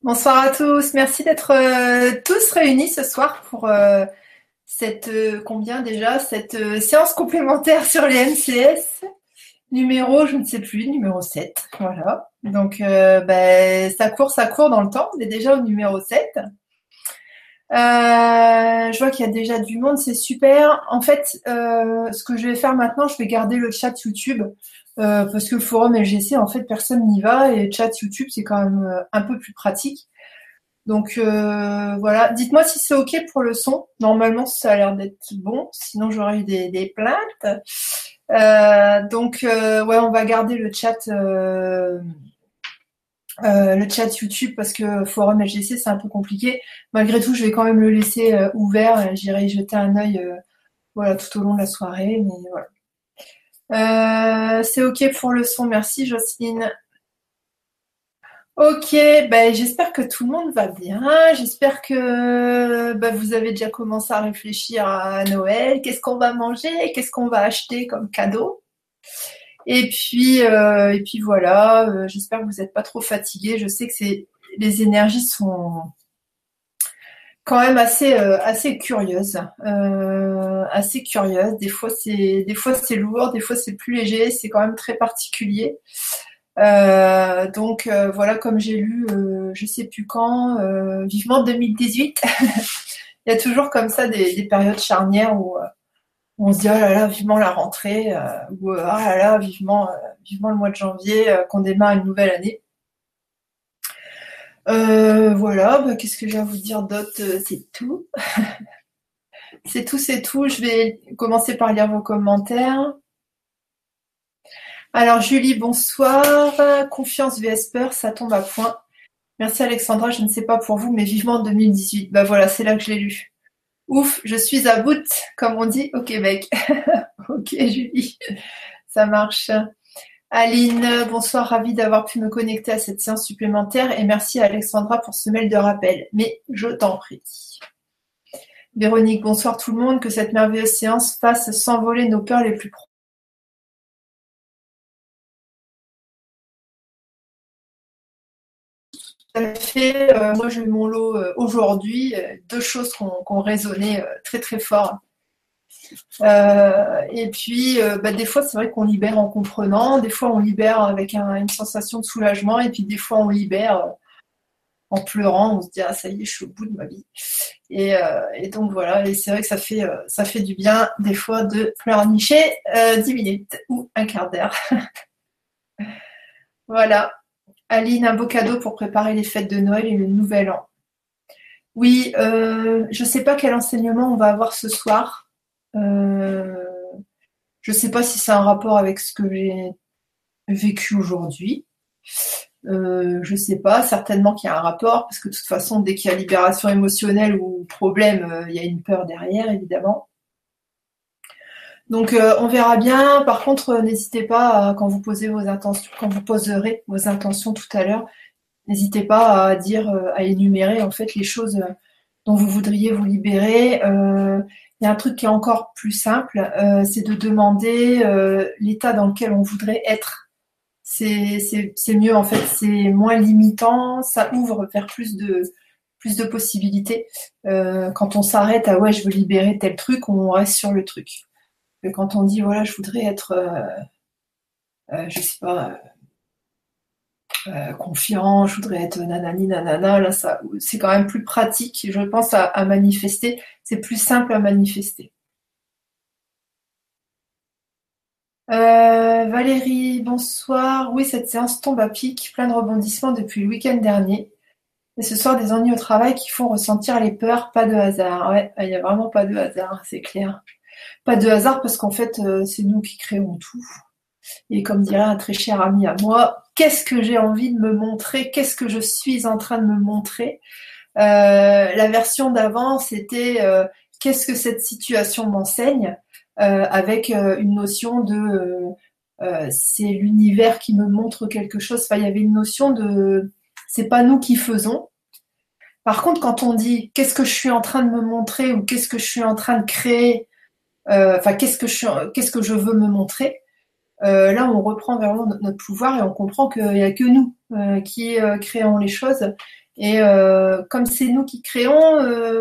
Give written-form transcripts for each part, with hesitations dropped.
Bonsoir à tous, merci d'être tous réunis ce soir pour cette combien déjà cette séance complémentaire sur les MCS numéro je ne sais plus numéro 7. Voilà. Donc ça court dans le temps, on est déjà au numéro 7. Je vois qu'il y a déjà du monde, c'est super. En fait, ce que je vais faire maintenant, je vais garder le chat YouTube parce que le forum LGC, en fait, personne n'y va et le chat YouTube, c'est quand même un peu plus pratique. Donc voilà, dites-moi si c'est ok pour le son. Normalement, ça a l'air d'être bon, sinon j'aurais eu des plaintes. Ouais, on va garder le chat YouTube parce que forum LGC c'est un peu compliqué. Malgré tout, je vais quand même le laisser ouvert. J'irai y jeter un œil, voilà, tout au long de la soirée. Mais voilà. C'est ok pour le son, merci Jocelyne. Ok, j'espère que tout le monde va bien. J'espère que vous avez déjà commencé à réfléchir à Noël. Qu'est-ce qu'on va manger? Qu'est-ce qu'on va acheter comme cadeau? Et puis voilà. J'espère que vous n'êtes pas trop fatigués. Je sais que les énergies sont quand même assez curieuses, assez curieuses. Des fois c'est lourd, des fois c'est plus léger. C'est quand même très particulier. Voilà, comme j'ai lu, je sais plus quand, vivement 2018. Il y a toujours comme ça des périodes charnières où on se dit oh là là, vivement la rentrée, ou oh là là, vivement le mois de janvier, qu'on démarre une nouvelle année. Voilà, qu'est-ce que j'ai à vous dire d'autre? C'est tout. C'est tout, c'est tout. Je vais commencer par lire vos commentaires. Alors Julie, bonsoir. Confiance vs peur, ça tombe à point. Merci Alexandra, je ne sais pas pour vous, mais vivement 2018. Bah voilà, c'est là que je l'ai lu. Ouf, je suis à bout, comme on dit au Québec. Ok Julie, ça marche. Aline, bonsoir, ravie d'avoir pu me connecter à cette séance supplémentaire et merci à Alexandra pour ce mail de rappel. Mais je t'en prie. Véronique, bonsoir tout le monde, que cette merveilleuse séance fasse s'envoler nos peurs les plus profondes. Moi j'ai eu mon lot aujourd'hui, deux choses qui ont résonné très très fort. Et puis, des fois, c'est vrai qu'on libère en comprenant, des fois on libère avec une sensation de soulagement, et puis des fois on libère en pleurant, on se dit ah ça y est, je suis au bout de ma vie. Et donc voilà, et c'est vrai que ça fait du bien des fois de pleurnicher 10 minutes ou un quart d'heure. Voilà. Aline, un beau cadeau pour préparer les fêtes de Noël et le Nouvel An. Oui, je sais pas quel enseignement on va avoir ce soir. Euh, je sais pas si c'est un rapport avec ce que j'ai vécu aujourd'hui. Je sais pas, certainement qu'il y a un rapport, parce que de toute façon, dès qu'il y a libération émotionnelle ou problème, il y a une peur derrière, évidemment. Donc on verra bien. Par contre, n'hésitez pas quand vous posez vos intentions, quand vous poserez vos intentions tout à l'heure, n'hésitez pas à dire, à énumérer en fait les choses dont vous voudriez vous libérer. Il y a un truc qui est encore plus simple, c'est de demander l'état dans lequel on voudrait être. C'est mieux en fait, c'est moins limitant, ça ouvre vers plus de possibilités. Quand on s'arrête à ouais je veux libérer tel truc, on reste sur le truc. Mais quand on dit voilà je voudrais être je sais pas confiant, je voudrais être nanani nanana, là ça c'est quand même plus pratique, je pense à manifester, c'est plus simple à manifester. Valérie, bonsoir. Oui, cette séance tombe à pic, plein de rebondissements depuis le week-end dernier. Et ce soir, des ennuis au travail qui font ressentir les peurs, pas de hasard. Ouais, il n'y a vraiment pas de hasard, c'est clair. Pas de hasard parce qu'en fait, c'est nous qui créons tout. Et comme dirait un très cher ami à moi, qu'est-ce que j'ai envie de me montrer? Qu'est-ce que je suis en train de me montrer? La version d'avant, c'était qu'est-ce que cette situation m'enseigne? Avec une notion de c'est l'univers qui me montre quelque chose. Enfin, il y avait une notion de c'est pas nous qui faisons. Par contre, quand on dit qu'est-ce que je suis en train de me montrer ou qu'est-ce que je suis en train de créer, enfin qu'est-ce que je veux me montrer, là on reprend vraiment notre pouvoir et on comprend qu'il n'y a que nous qui créons les choses Et comme c'est nous qui créons,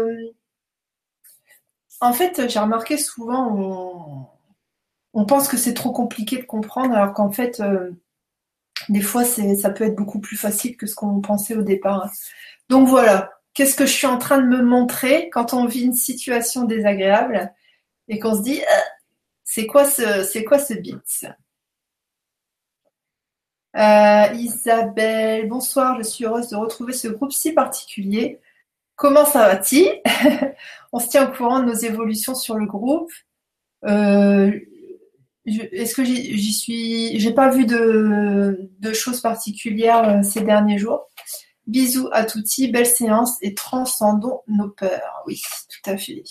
en fait, j'ai remarqué souvent, on pense que c'est trop compliqué de comprendre, alors qu'en fait, des fois, ça peut être beaucoup plus facile que ce qu'on pensait au départ. Donc voilà, qu'est-ce que je suis en train de me montrer quand on vit une situation désagréable et qu'on se dit, c'est quoi ce bit? Isabelle, bonsoir, je suis heureuse de retrouver ce groupe si particulier. Comment ça va-t-il? On se tient au courant de nos évolutions sur le groupe. Euh, Est-ce que j'y suis? J'ai pas vu de choses particulières ces derniers jours. Bisous à touti, belle séance et transcendons nos peurs. Oui, tout à fait.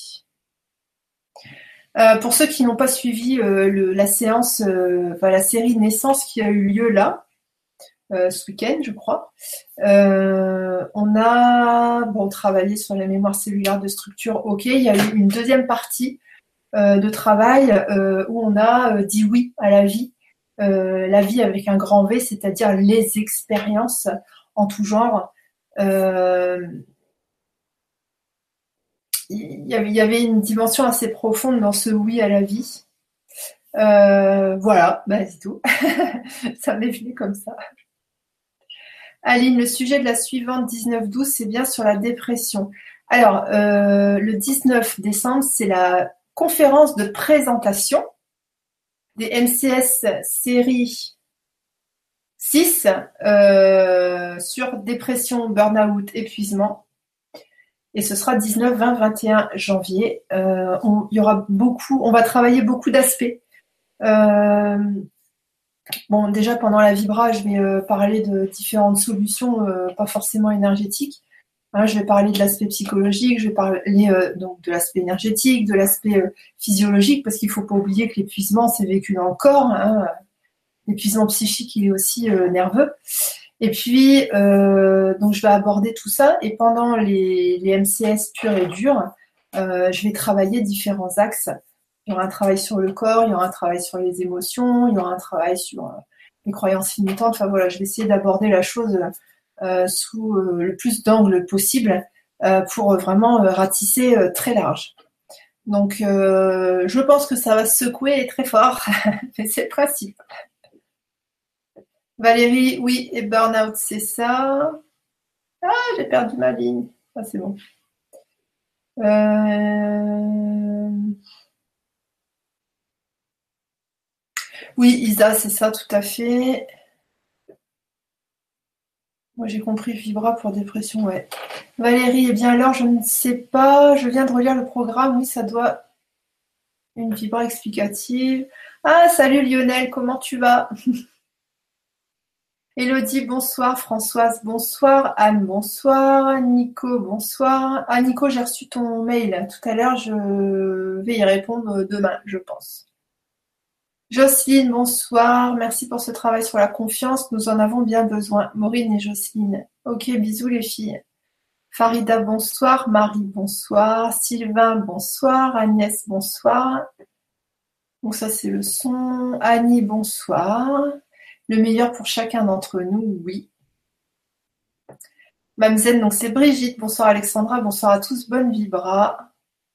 Pour ceux qui n'ont pas suivi la séance, la série Naissance qui a eu lieu là, ce week-end, je crois, on a travaillé sur la mémoire cellulaire de structure. Ok, il y a eu une deuxième partie de travail où on a dit oui à la vie avec un grand V, c'est-à-dire les expériences en tout genre. Il y avait une dimension assez profonde dans ce oui à la vie. Voilà, c'est tout. Ça m'est venu comme ça. Aline, le sujet de la suivante 19-12, c'est bien sur la dépression. Alors, le 19 décembre, c'est la conférence de présentation des MCS série 6 sur dépression, burn-out, épuisement. Et ce sera 19, 20, 21 janvier. Il y aura on va travailler beaucoup d'aspects. Déjà pendant la vibra, je vais parler de différentes solutions, pas forcément énergétiques. Je vais parler de l'aspect psychologique, je vais parler donc de l'aspect énergétique, de l'aspect physiologique, parce qu'il ne faut pas oublier que l'épuisement, c'est vécu dans le corps. L'épuisement psychique, il est aussi nerveux. Et puis, donc je vais aborder tout ça. Et pendant les MCS purs et durs, je vais travailler différents axes. Il y aura un travail sur le corps, il y aura un travail sur les émotions, il y aura un travail sur les croyances limitantes. Enfin voilà, je vais essayer d'aborder la chose sous le plus d'angles possible pour vraiment ratisser très large. Donc, je pense que ça va se secouer très fort, mais c'est le principe. Valérie, oui, et burn-out, c'est ça. Ah, j'ai perdu ma ligne. Ah, c'est bon. Oui, Isa, c'est ça, tout à fait. Moi, j'ai compris Vibra pour dépression, ouais. Valérie, eh bien alors, je ne sais pas. Je viens de relire le programme. Oui, ça doit... Une Vibra explicative. Ah, salut Lionel, comment tu vas? Elodie, bonsoir. Françoise, bonsoir. Anne, bonsoir. Nico, bonsoir. Ah, Nico, j'ai reçu ton mail tout à l'heure. Je vais y répondre demain, je pense. Jocelyne, bonsoir. Merci pour ce travail sur la confiance. Nous en avons bien besoin. Maureen et Jocelyne. Ok, bisous les filles. Farida, bonsoir. Marie, bonsoir. Sylvain, bonsoir. Agnès, bonsoir. Donc ça, c'est le son. Annie, bonsoir. Le meilleur pour chacun d'entre nous, oui. Mamzen, donc c'est Brigitte. Bonsoir Alexandra. Bonsoir à tous. Bonne vibra.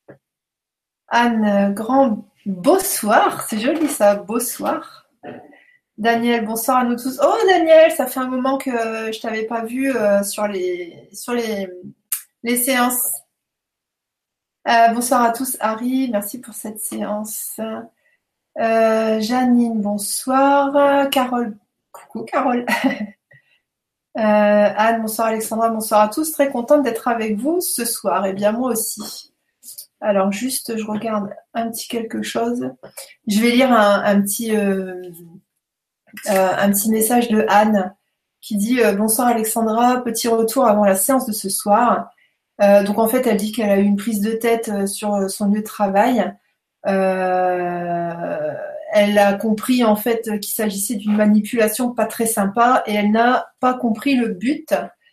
Anne, grand bonsoir. C'est joli ça. Bonsoir. Daniel, bonsoir à nous tous. Oh Daniel, ça fait un moment que je t'avais pas vu sur les séances. Bonsoir à tous. Harry, merci pour cette séance. Janine, bonsoir. Carole, coucou Carole. Anne, bonsoir Alexandra, bonsoir à tous. Très contente d'être avec vous ce soir. Et bien moi aussi. Alors juste, je regarde un petit quelque chose. Je vais lire un petit message de Anne qui dit bonsoir Alexandra, petit retour avant la séance de ce soir. Donc en fait, elle dit qu'elle a eu une prise de tête sur son lieu de travail. Elle a compris en fait qu'il s'agissait d'une manipulation pas très sympa et elle n'a pas compris le but.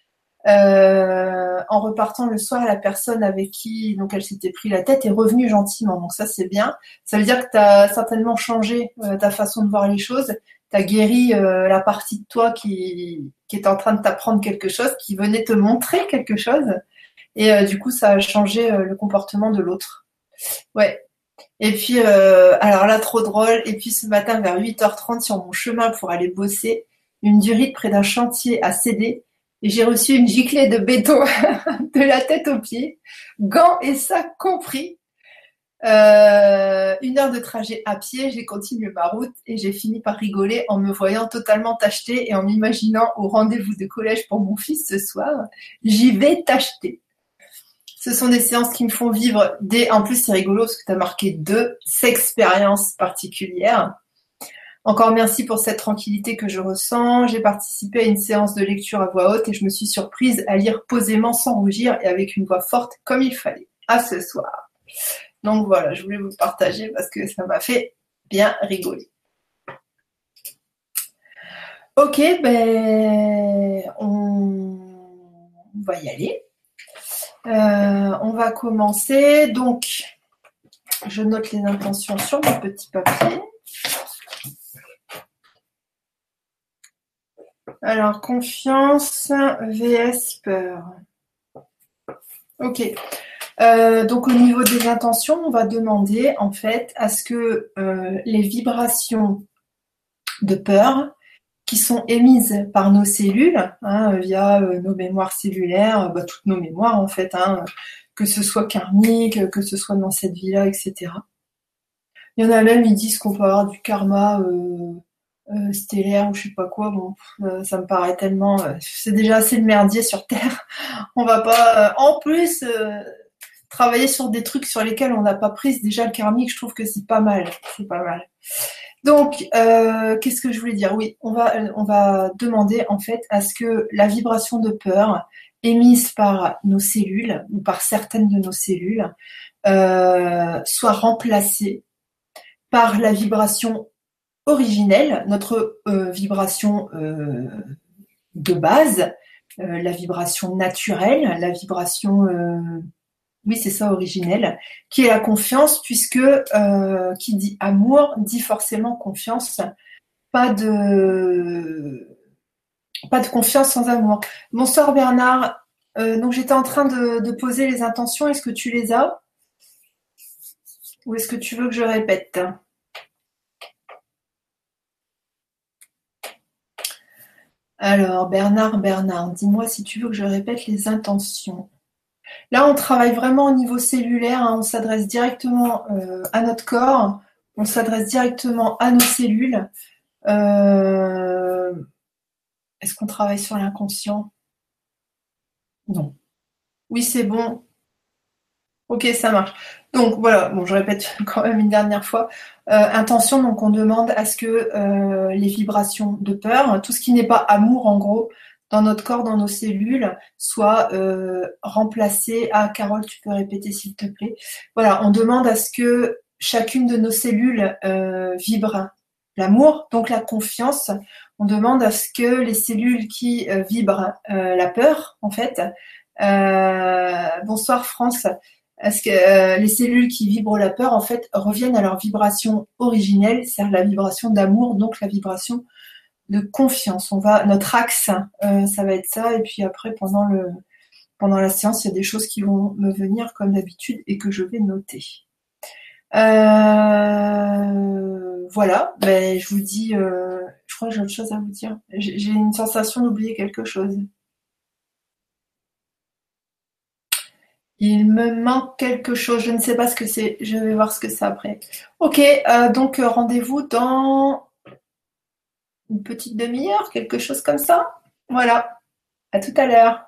En repartant le soir, la personne avec qui donc elle s'était pris la tête est revenue gentiment. Donc ça c'est bien. Ça veut dire que tu as certainement changé ta façon de voir les choses. t'as guéri la partie de toi qui est en train de t'apprendre quelque chose, qui venait te montrer quelque chose. Et du coup, ça a changé le comportement de l'autre. Ouais. Et puis, alors là, trop drôle. Et puis ce matin, vers 8h30, sur mon chemin pour aller bosser, une durite près d'un chantier a cédé et j'ai reçu une giclée de béton de la tête aux pieds, gants et sacs compris. 1 heure de trajet à pied, j'ai continué ma route et j'ai fini par rigoler en me voyant totalement tachetée et en m'imaginant au rendez-vous de collège pour mon fils ce soir. J'y vais t'acheter. Ce sont des séances qui me font vivre en plus, c'est rigolo parce que tu as marqué 2 expériences particulières. Encore merci pour cette tranquillité que je ressens. J'ai participé à une séance de lecture à voix haute et je me suis surprise à lire posément sans rougir et avec une voix forte comme il fallait. À ce soir. Donc voilà, je voulais vous partager parce que ça m'a fait bien rigoler. Ok, ben on va y aller. On va commencer. Donc, je note les intentions sur mon petit papier. Alors, confiance vs peur. Ok. Donc, au niveau des intentions, on va demander en fait à ce que les vibrations de peur qui sont émises par nos cellules via nos mémoires cellulaires, toutes nos mémoires en fait, que ce soit karmique, que ce soit dans cette vie-là, etc. Il y en a même, ils disent qu'on peut avoir du karma stellaire ou je sais pas quoi. Bon, ça me paraît tellement... c'est déjà assez le merdier sur Terre. On va pas, en plus, travailler sur des trucs sur lesquels on n'a pas pris. Déjà, le karmique, je trouve que c'est pas mal. C'est pas mal. Donc, qu'est-ce que je voulais dire? Oui, on va demander en fait à ce que la vibration de peur émise par nos cellules ou par certaines de nos cellules soit remplacée par la vibration originelle, notre vibration de base, la vibration naturelle, la vibration, oui c'est ça, originelle, qui est la confiance, puisque qui dit amour dit forcément confiance, pas de, pas de confiance sans amour. Bonsoir Bernard, donc j'étais en train de poser les intentions, est-ce que tu les as? Ou est-ce que tu veux que je répète? Alors, Bernard, dis-moi si tu veux que je répète les intentions. Là, on travaille vraiment au niveau cellulaire, on s'adresse directement à notre corps, on s'adresse directement à nos cellules. Euh, Est-ce qu'on travaille sur l'inconscient? Non. Oui, c'est bon. Ok, ça marche. Donc voilà, bon, je répète quand même une dernière fois. Intention, donc on demande à ce que les vibrations de peur, tout ce qui n'est pas amour en gros, dans notre corps, dans nos cellules, soient remplacées. Ah, Carole, tu peux répéter s'il te plaît. Voilà, on demande à ce que chacune de nos cellules vibre l'amour, donc la confiance. On demande à ce que les cellules qui vibrent la peur, en fait. Bonsoir France. Est-ce que les cellules qui vibrent la peur, en fait, reviennent à leur vibration originelle, c'est-à-dire la vibration d'amour, donc la vibration de confiance. Notre axe, ça va être ça. Et puis après, pendant la séance, il y a des choses qui vont me venir comme d'habitude et que je vais noter. Voilà. Ben, je vous dis, je crois que j'ai autre chose à vous dire. J'ai une sensation d'oublier quelque chose. Il me manque quelque chose, je ne sais pas ce que c'est, je vais voir ce que c'est après. Ok, donc rendez-vous dans une petite demi-heure, quelque chose comme ça. Voilà, à tout à l'heure.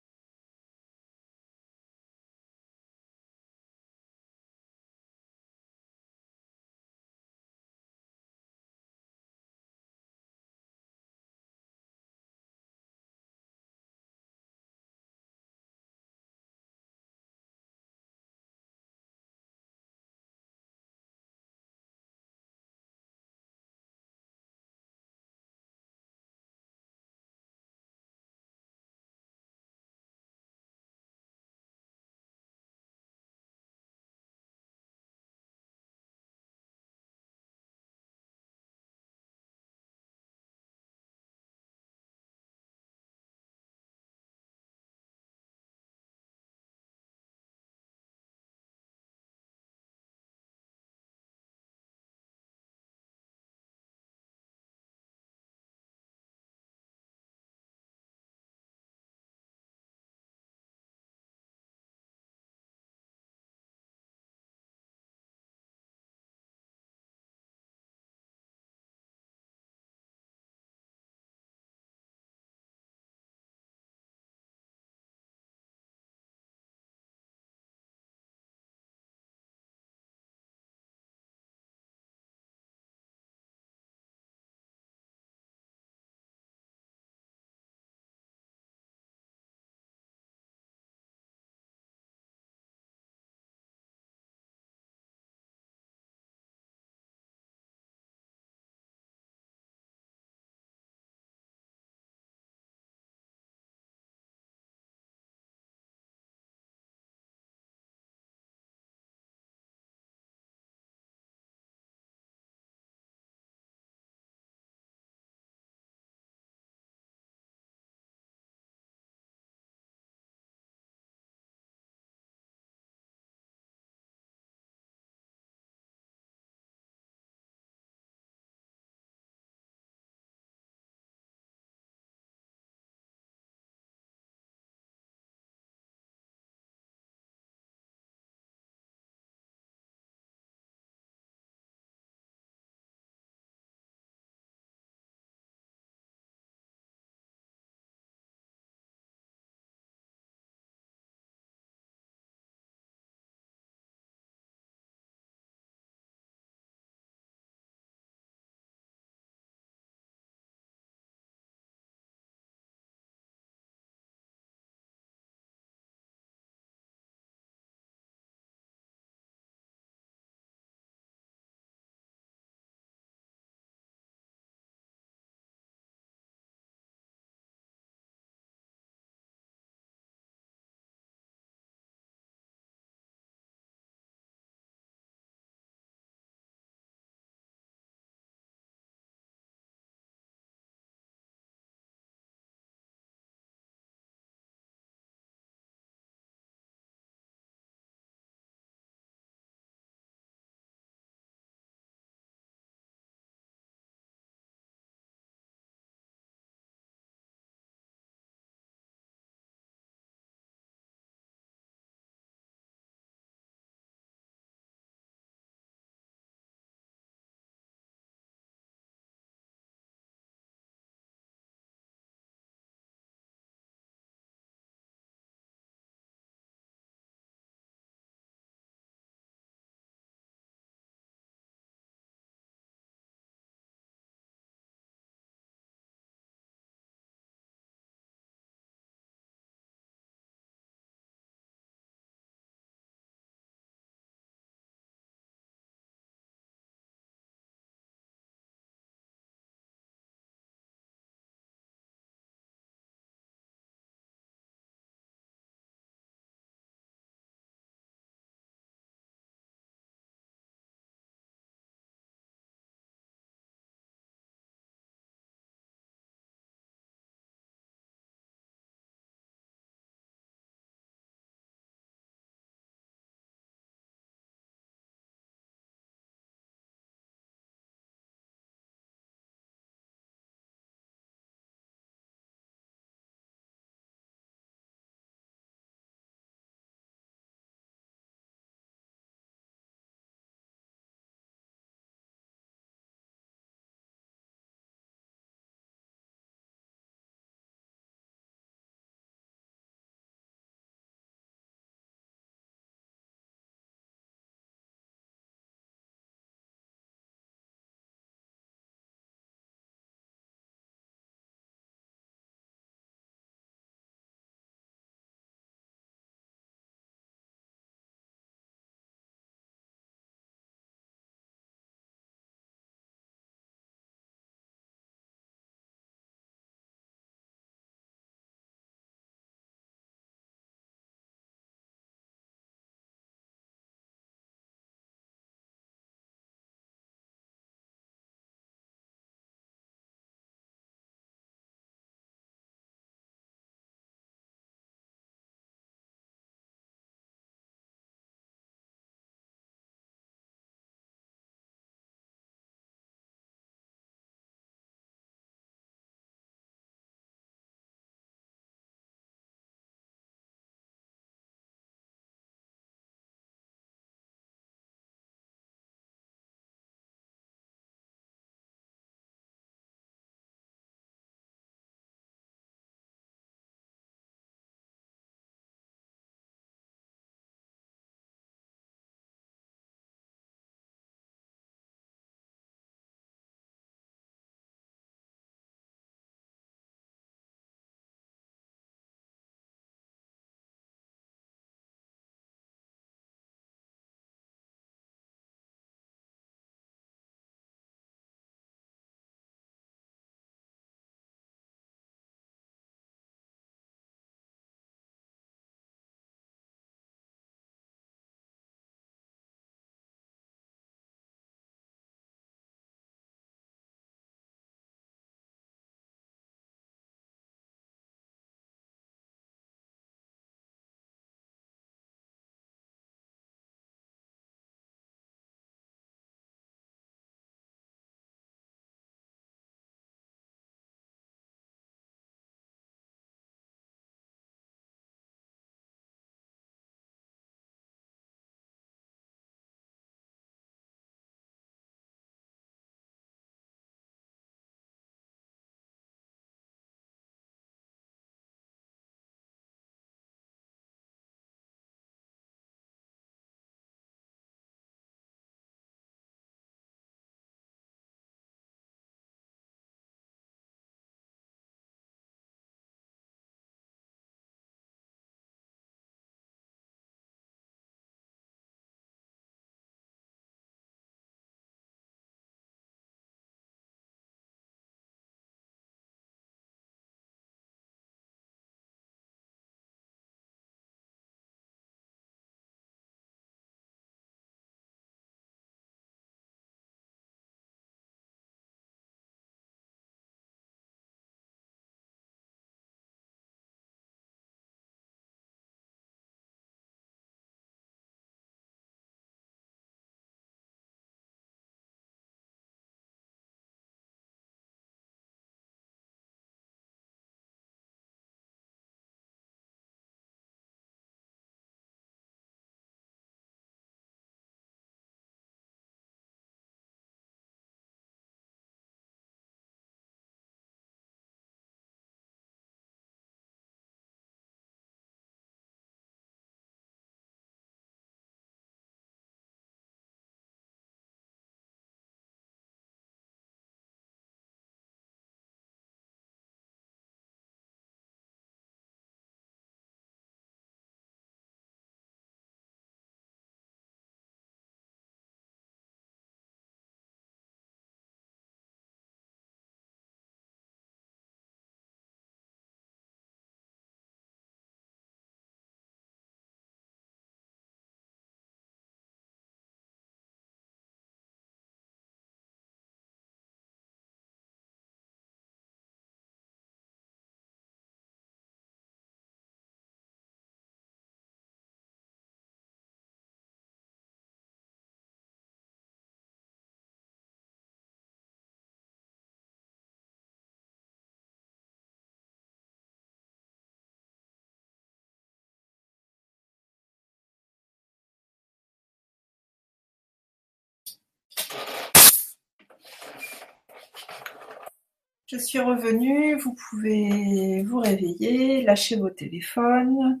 Je suis revenue, vous pouvez vous réveiller, lâcher vos téléphones,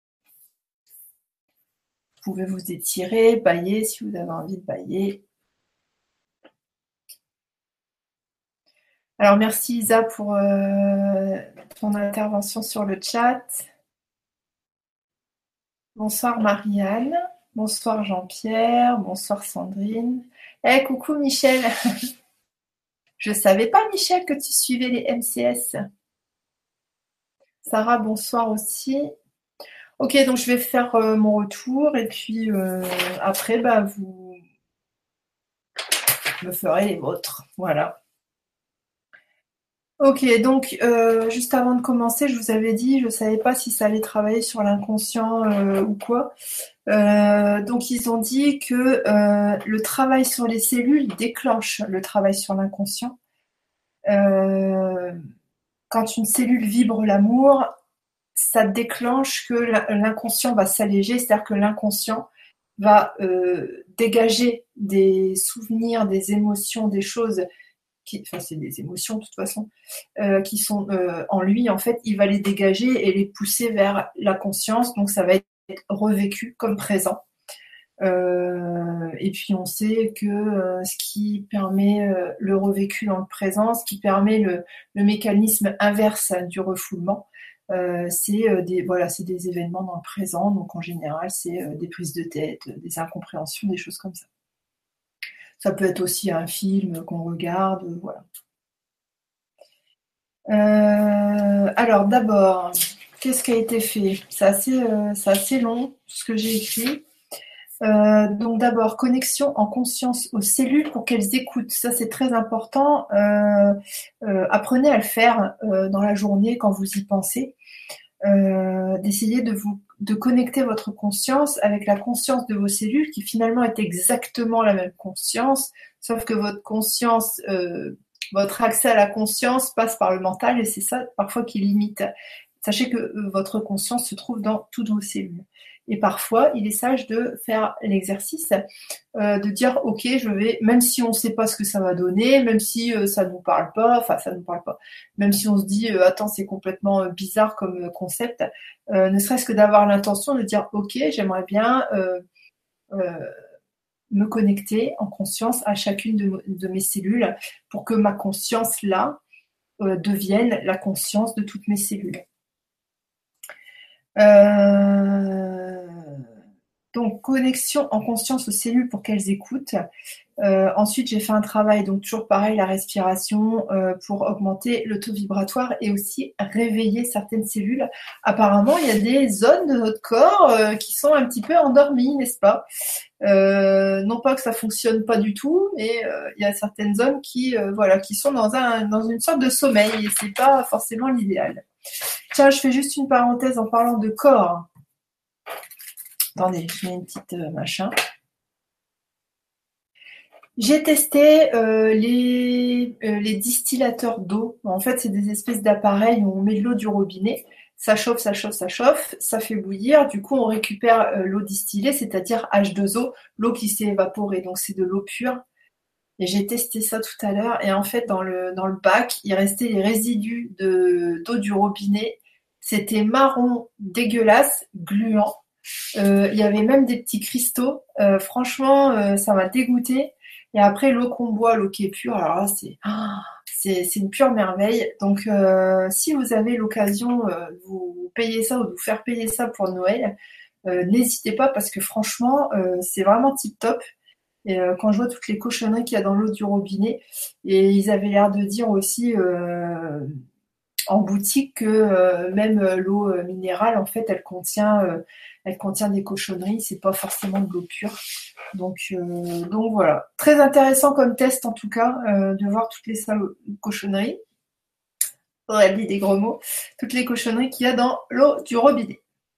vous pouvez vous étirer, bâiller si vous avez envie de bâiller. Alors merci Isa pour ton intervention sur le chat. Bonsoir Marianne, bonsoir Jean-Pierre, bonsoir Sandrine. Eh coucou Michel. Je savais pas Michel que tu suivais les MCS. Sarah, bonsoir aussi. Ok, donc je vais faire mon retour et puis après, vous me ferez les vôtres. Voilà. Ok, donc juste avant de commencer, je vous avais dit, je ne savais pas si ça allait travailler sur l'inconscient ou quoi. Donc ils ont dit que le travail sur les cellules déclenche le travail sur l'inconscient. Quand une cellule vibre l'amour, ça déclenche que l'inconscient va s'alléger, c'est-à-dire que l'inconscient va dégager des souvenirs, des émotions, des choses enfin c'est des émotions de toute façon, qui sont en lui, en fait, il va les dégager et les pousser vers la conscience, donc ça va être revécu comme présent. Et puis on sait que ce qui permet le revécu dans le présent, ce qui permet le mécanisme inverse du refoulement, c'est des événements dans le présent, donc en général c'est des prises de tête, des incompréhensions, des choses comme ça. Ça peut être aussi un film qu'on regarde, voilà. Alors d'abord, qu'est-ce qui a été fait? C'est assez long, ce que j'ai écrit. Donc d'abord, connexion en conscience aux cellules pour qu'elles écoutent. Ça, c'est très important. Apprenez à le faire dans la journée quand vous y pensez. D'essayer de connecter votre conscience avec la conscience de vos cellules qui finalement est exactement la même conscience, sauf que votre conscience, votre accès à la conscience passe par le mental et c'est ça parfois qui limite. Sachez que votre conscience se trouve dans toutes vos cellules. Et parfois, il est sage de faire l'exercice, de dire ok, je vais, même si on ne sait pas ce que ça va donner, même si ça ne nous parle pas, enfin ça ne nous parle pas, même si on se dit attends c'est complètement bizarre comme concept, ne serait-ce que d'avoir l'intention de dire ok, j'aimerais bien me connecter en conscience à chacune de mes cellules pour que ma conscience là devienne la conscience de toutes mes cellules. Donc connexion en conscience aux cellules pour qu'elles écoutent. Ensuite, j'ai fait un travail, donc toujours pareil, la respiration pour augmenter le taux vibratoire et aussi réveiller certaines cellules. Apparemment, il y a des zones de notre corps qui sont un petit peu endormies, n'est-ce pas? Non pas que ça fonctionne pas du tout, mais il y a certaines zones qui sont dans une sorte de sommeil et c'est pas forcément l'idéal. Tiens, je fais juste une parenthèse en parlant de corps. Attendez, je mets une petite machin. J'ai testé les distillateurs d'eau. En fait, c'est des espèces d'appareils où on met de l'eau du robinet. Ça chauffe, ça chauffe, ça chauffe, ça fait bouillir. Du coup, on récupère l'eau distillée, c'est-à-dire H2O, l'eau qui s'est évaporée. Donc, c'est de l'eau pure. Et j'ai testé ça tout à l'heure. Et en fait, dans le bac, il restait les résidus d'eau du robinet. C'était marron, dégueulasse, gluant. Il y avait même des petits cristaux. Franchement, ça m'a dégoûté. Et après, l'eau qu'on boit, l'eau qui est pure, alors là, c'est une pure merveille. Donc, si vous avez l'occasion de vous payer ça ou de vous faire payer ça pour Noël, n'hésitez pas parce que franchement, c'est vraiment tip top. Et quand je vois toutes les cochonneries qu'il y a dans l'eau du robinet, et ils avaient l'air de dire aussi en boutique que même l'eau minérale, en fait, elle contient des cochonneries. C'est pas forcément de l'eau pure. Donc voilà, très intéressant comme test en tout cas de voir toutes les cochonneries. Faudrait dire des gros mots. Toutes les cochonneries qu'il y a dans l'eau du robinet.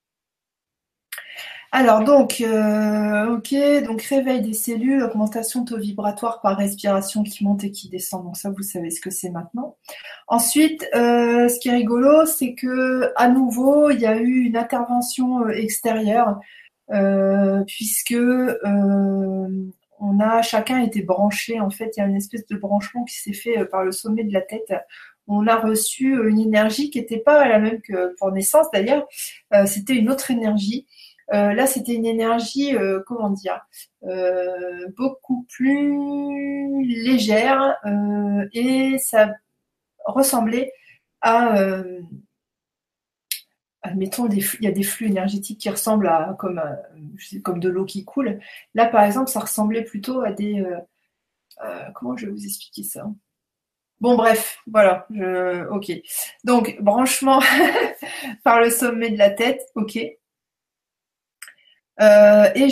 Alors donc, donc réveil des cellules, augmentation de taux vibratoire par respiration qui monte et qui descend. Donc ça, vous savez ce que c'est maintenant. Ensuite, ce qui est rigolo, c'est que à nouveau, il y a eu une intervention extérieure puisque on a chacun été branché. En fait, il y a une espèce de branchement qui s'est fait par le sommet de la tête on a reçu une énergie qui n'était pas la même que pour naissance d'ailleurs. C'était une autre énergie. Là, c'était une énergie, comment dire, beaucoup plus légère et ça ressemblait à, admettons, il y a des flux énergétiques qui ressemblent à comme de l'eau qui coule. Là, par exemple, ça ressemblait plutôt à des... comment je vais vous expliquer ça? Bon, bref, voilà. Ok. Donc, branchement par le sommet de la tête, ok. Et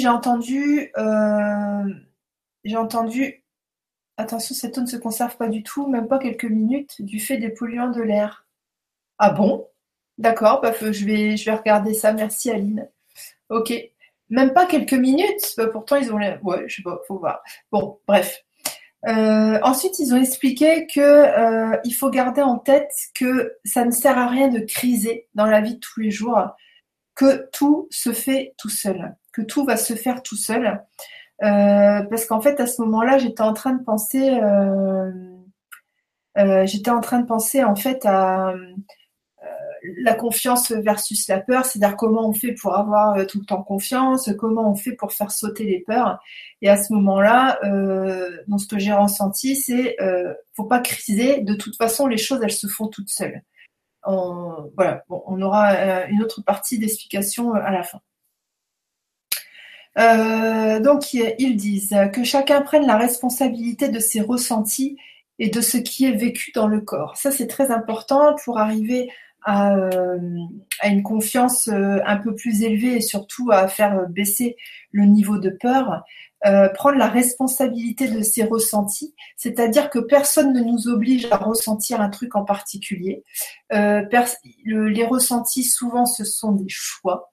j'ai entendu, attention, cette eau ne se conserve pas du tout, même pas quelques minutes, du fait des polluants de l'air. Ah bon? D'accord, bah, je vais regarder ça. Merci Aline. Ok. Même pas quelques minutes? Bah, pourtant, ils ont l'air. Ouais, je sais pas, faut voir. Bon, bref. Ensuite, ils ont expliqué que il faut garder en tête que ça ne sert à rien de criser dans la vie de tous les jours, que tout se fait tout seul, que tout va se faire tout seul. Parce qu'en fait, à ce moment-là, j'étais en train de penser en fait à la confiance versus la peur, c'est-à-dire comment on fait pour avoir tout le temps confiance, comment on fait pour faire sauter les peurs. Et à ce moment-là, dans ce que j'ai ressenti, c'est faut pas criser. De toute façon, les choses elles se font toutes seules. Voilà, bon, on aura une autre partie d'explication à la fin. Donc ils disent que chacun prenne la responsabilité de ses ressentis et de ce qui est vécu dans le corps. Ça c'est très important pour arriver à, euh, à une confiance un peu plus élevée et surtout à faire baisser le niveau de peur. Prendre la responsabilité de ses ressentis, c'est-à-dire que personne ne nous oblige à ressentir un truc en particulier. Les ressentis souvent ce sont des choix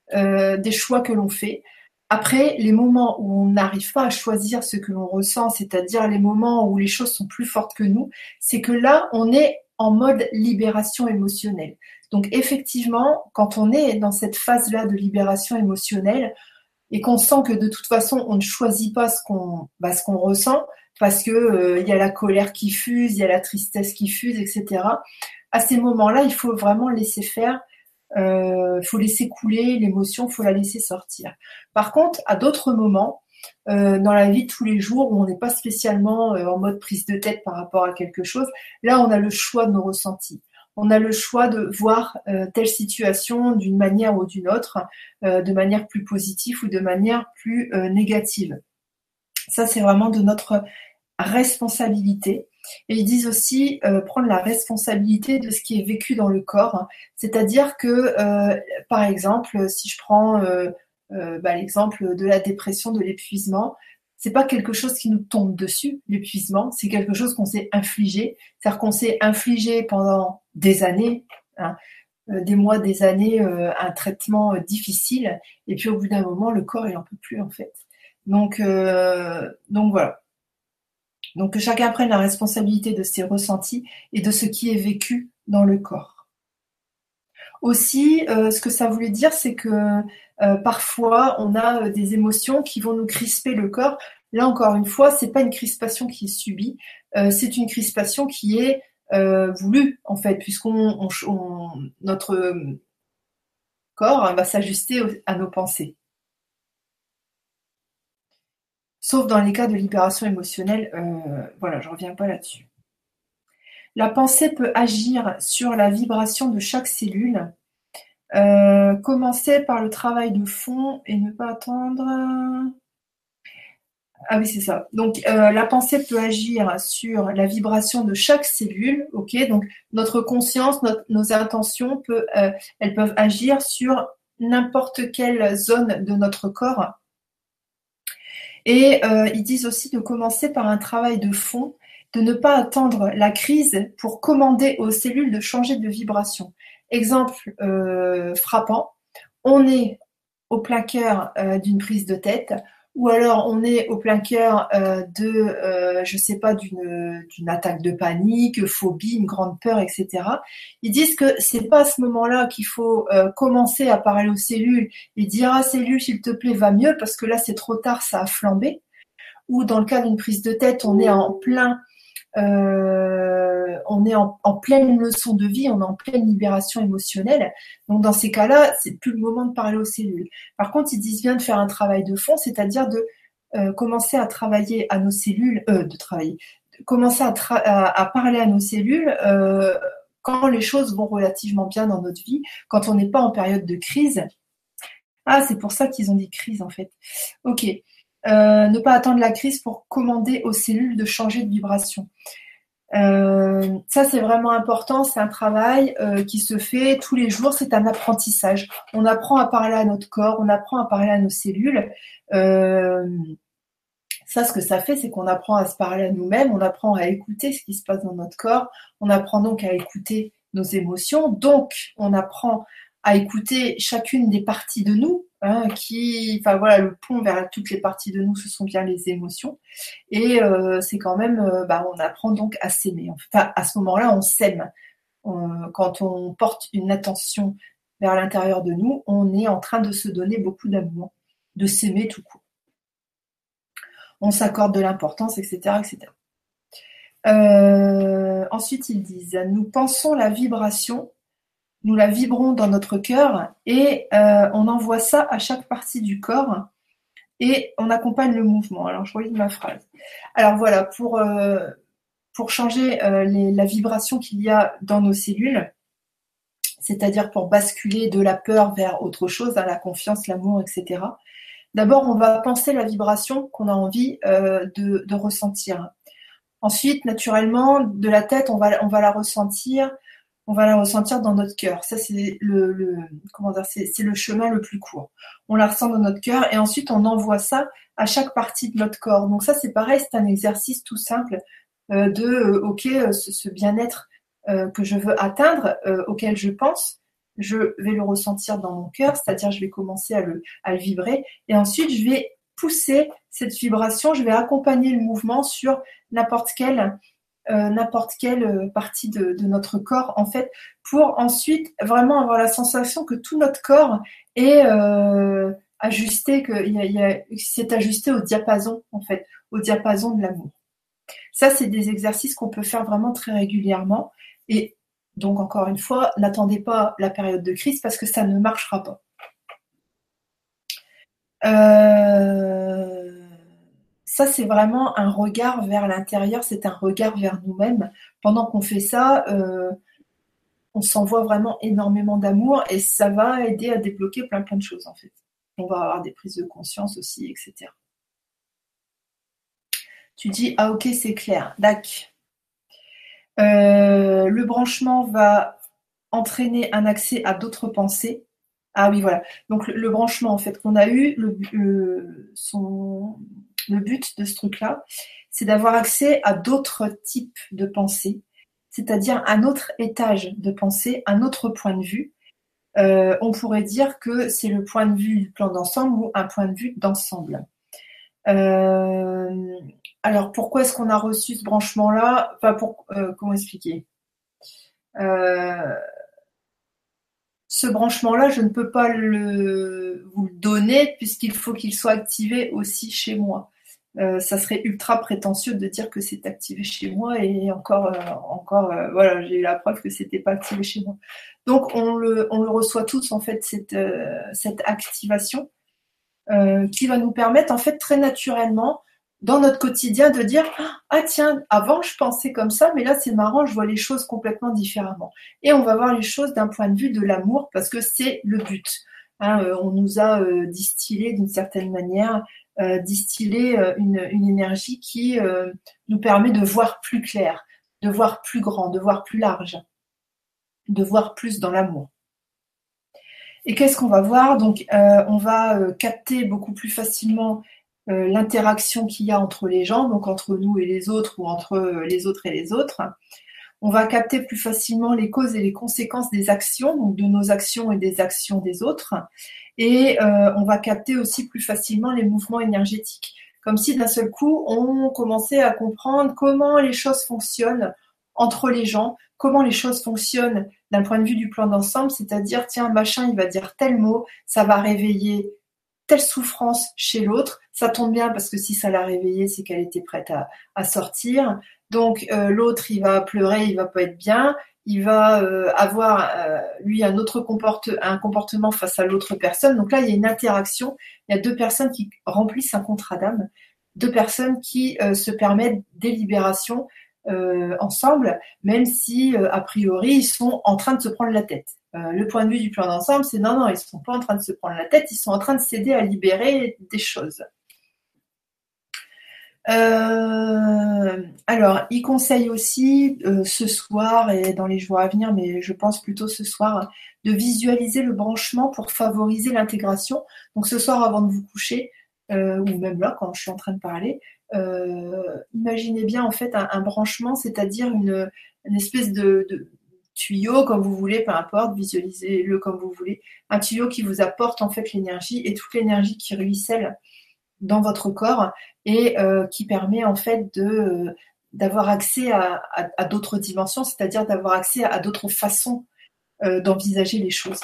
que l'on fait. Après, les moments où on n'arrive pas à choisir ce que l'on ressent, c'est-à-dire les moments où les choses sont plus fortes que nous, c'est que là, on est en mode libération émotionnelle. Donc effectivement, quand on est dans cette phase-là de libération émotionnelle et qu'on sent que de toute façon, on ne choisit pas ce qu'on ressent, parce que il y a la colère qui fuse, il y a la tristesse qui fuse, etc. À ces moments-là, il faut vraiment laisser faire. Faut laisser couler l'émotion, faut la laisser sortir. Par contre, à d'autres moments, dans la vie de tous les jours où on n'est pas spécialement en mode prise de tête par rapport à quelque chose, là on a le choix de nos ressentis. On a le choix de voir telle situation d'une manière ou d'une autre, de manière plus positive ou de manière plus négative. Ça, c'est vraiment de notre responsabilité. Et ils disent aussi prendre la responsabilité de ce qui est vécu dans le corps. C'est-à-dire que, par exemple, si je prends l'exemple de la dépression, de l'épuisement, c'est pas quelque chose qui nous tombe dessus, l'épuisement, c'est quelque chose qu'on s'est infligé. C'est-à-dire qu'on s'est infligé pendant des années, hein, des mois, des années, un traitement difficile. Et puis au bout d'un moment, le corps, il en peut plus en fait. Donc voilà. Donc que chacun prenne la responsabilité de ses ressentis et de ce qui est vécu dans le corps. Aussi, ce que ça voulait dire, c'est que parfois on a des émotions qui vont nous crisper le corps. Là encore une fois, c'est pas une crispation qui est subie, c'est une crispation qui est voulue en fait, notre corps va s'ajuster à nos pensées. Sauf dans les cas de libération émotionnelle, voilà, je reviens pas là-dessus. La pensée peut agir sur la vibration de chaque cellule. Commencer par le travail de fond et ne pas attendre. Ah oui, c'est ça. Donc, la pensée peut agir sur la vibration de chaque cellule. Ok, donc notre conscience, nos intentions, elles peuvent agir sur n'importe quelle zone de notre corps. Et ils disent aussi de commencer par un travail de fond, de ne pas attendre la crise pour commander aux cellules de changer de vibration. Exemple frappant, on est au plein cœur d'une prise de tête, ou alors on est au plein cœur je sais pas, d'une attaque de panique, phobie, une grande peur, etc. Ils disent que c'est pas à ce moment-là qu'il faut commencer à parler aux cellules et dire ah cellule s'il te plaît va mieux parce que là c'est trop tard, ça a flambé. Ou dans le cas d'une prise de tête, on est en plein on est en pleine leçon de vie, on est en pleine libération émotionnelle. Donc dans ces cas-là, c'est plus le moment de parler aux cellules. Par contre, ils disent bien de faire un travail de fond, c'est-à-dire de commencer à travailler à nos cellules, commencer à parler à nos cellules quand les choses vont relativement bien dans notre vie, quand on n'est pas en période de crise. Ah, c'est pour ça qu'ils ont dit crise en fait. Ok. Ne pas attendre la crise pour commander aux cellules de changer de vibration. Ça, c'est vraiment important. C'est un travail qui se fait tous les jours. C'est un apprentissage. On apprend à parler à notre corps, on apprend à parler à nos cellules. Ça, ce que ça fait, c'est qu'on apprend à se parler à nous-mêmes, on apprend à écouter ce qui se passe dans notre corps, on apprend donc à écouter nos émotions, donc on apprend à écouter chacune des parties de nous, le pont vers toutes les parties de nous, ce sont bien les émotions, et c'est quand même, on apprend donc à s'aimer. Enfin, à ce moment-là, on s'aime. Quand on porte une attention vers l'intérieur de nous, on est en train de se donner beaucoup d'amour, de s'aimer tout court. On s'accorde de l'importance, etc., etc. Ensuite, ils disent, nous pensons la vibration, nous la vibrons dans notre cœur et on envoie ça à chaque partie du corps et on accompagne le mouvement. Alors, je relis ma phrase. Alors voilà, pour changer la vibration qu'il y a dans nos cellules, c'est-à-dire pour basculer de la peur vers autre chose, la confiance, l'amour, etc., d'abord, on va penser la vibration qu'on a envie de ressentir. Ensuite, naturellement, de la tête, on va la ressentir. On va la ressentir dans notre cœur. Ça, c'est c'est le chemin le plus court. On la ressent dans notre cœur et ensuite on envoie ça à chaque partie de notre corps. Donc ça, c'est pareil, c'est un exercice tout simple ce bien-être que je veux atteindre, auquel je pense. Je vais le ressentir dans mon cœur, c'est-à-dire je vais commencer à le vibrer et ensuite je vais pousser cette vibration, je vais accompagner le mouvement sur n'importe quelle partie de notre corps en fait, pour ensuite vraiment avoir la sensation que tout notre corps est ajusté, c'est ajusté au diapason en fait, au diapason de l'amour. Ça, c'est des exercices qu'on peut faire vraiment très régulièrement et donc, encore une fois, n'attendez pas la période de crise parce que ça ne marchera pas. Ça, c'est vraiment un regard vers l'intérieur, c'est un regard vers nous-mêmes. Pendant qu'on fait ça, on s'envoie vraiment énormément d'amour et ça va aider à débloquer plein de choses en fait. On va avoir des prises de conscience aussi, etc. Tu dis, ah ok, c'est clair, d'accord. Le branchement va entraîner un accès à d'autres pensées. Ah oui, voilà. Donc le branchement en fait qu'on a eu, le but de ce truc-là, c'est d'avoir accès à d'autres types de pensées, c'est-à-dire un autre étage de pensée, un autre point de vue. On pourrait dire que c'est le point de vue du plan d'ensemble ou un point de vue d'ensemble. Alors pourquoi est-ce qu'on a reçu ce branchement-là ? Comment expliquer ? Ce branchement-là, je ne peux pas vous le donner puisqu'il faut qu'il soit activé aussi chez moi. Ça serait ultra prétentieux de dire que c'est activé chez moi et encore, j'ai eu la preuve que c'était pas activé chez moi. Donc on le reçoit tous en fait cette activation qui va nous permettre en fait très naturellement dans notre quotidien de dire ah tiens, avant je pensais comme ça mais là c'est marrant, je vois les choses complètement différemment et on va voir les choses d'un point de vue de l'amour parce que c'est le but. On nous a distillé d'une certaine manière une énergie qui nous permet de voir plus clair, de voir plus grand, de voir plus large, de voir plus dans l'amour. Et qu'est-ce qu'on va voir ? Donc on va capter beaucoup plus facilement l'interaction qu'il y a entre les gens, donc entre nous et les autres ou entre les autres et les autres. On va capter plus facilement les causes et les conséquences des actions, donc de nos actions et des actions des autres. Et on va capter aussi plus facilement les mouvements énergétiques. Comme si d'un seul coup, on commençait à comprendre comment les choses fonctionnent entre les gens, comment les choses fonctionnent d'un point de vue du plan d'ensemble, c'est-à-dire, tiens, machin, il va dire tel mot, ça va réveiller telle souffrance chez l'autre. Ça tombe bien parce que si ça l'a réveillée, c'est qu'elle était prête à sortir. Donc l'autre, il va pleurer, il va pas être bien. Il va avoir lui un comportement face à l'autre personne. Donc là, il y a une interaction. Il y a deux personnes qui remplissent un contrat d'âme, deux personnes qui se permettent des libérations ensemble, même si a priori ils sont en train de se prendre la tête. Le point de vue du plan d'ensemble, c'est non, ils sont pas en train de se prendre la tête, ils sont en train de s'aider à libérer des choses. Alors, il conseille aussi ce soir et dans les jours à venir, mais je pense plutôt ce soir, de visualiser le branchement pour favoriser l'intégration. Donc ce soir avant de vous coucher, ou même là quand je suis en train de parler, imaginez bien en fait un branchement, c'est-à-dire une espèce de tuyau, comme vous voulez, peu importe, visualisez-le comme vous voulez, un tuyau qui vous apporte en fait l'énergie et toute l'énergie qui ruisselle dans votre corps et qui permet en fait d'avoir accès à d'autres dimensions, c'est-à-dire d'avoir accès à d'autres façons d'envisager les choses.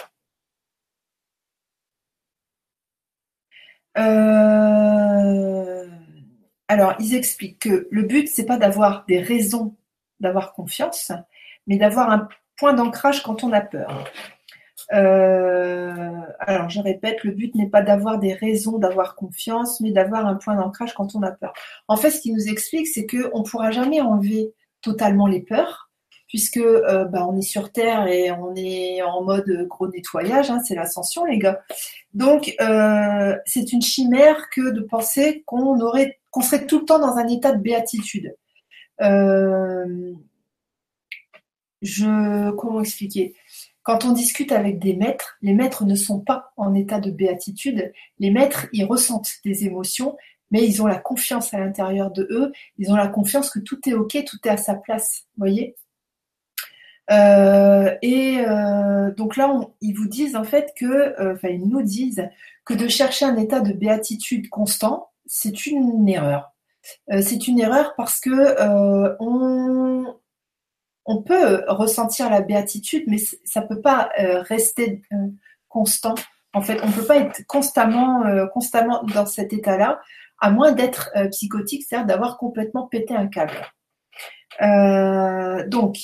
Alors, ils expliquent que le but, c'est pas d'avoir des raisons d'avoir confiance, mais d'avoir un point d'ancrage quand on a peur. Alors, je répète, le but n'est pas d'avoir des raisons d'avoir confiance, mais d'avoir un point d'ancrage quand on a peur. En fait, ce qu'ils nous expliquent, c'est qu'on ne pourra jamais enlever totalement les peurs, puisque on est sur Terre et on est en mode gros nettoyage, hein, c'est l'ascension, les gars. Donc, c'est une chimère que de penser qu'on serait tout le temps dans un état de béatitude. Comment expliquer ? Quand on discute avec des maîtres, les maîtres ne sont pas en état de béatitude. Les maîtres, ils ressentent des émotions, mais ils ont la confiance à l'intérieur de eux. Ils ont la confiance que tout est ok, tout est à sa place. Vous voyez ? Donc là, ils vous disent en fait ils nous disent que de chercher un état de béatitude constant, c'est une erreur. C'est une erreur parce que on peut ressentir la béatitude, mais ça peut pas rester constant. En fait, on peut pas être constamment dans cet état-là, à moins d'être psychotique, c'est-à-dire d'avoir complètement pété un câble. Donc,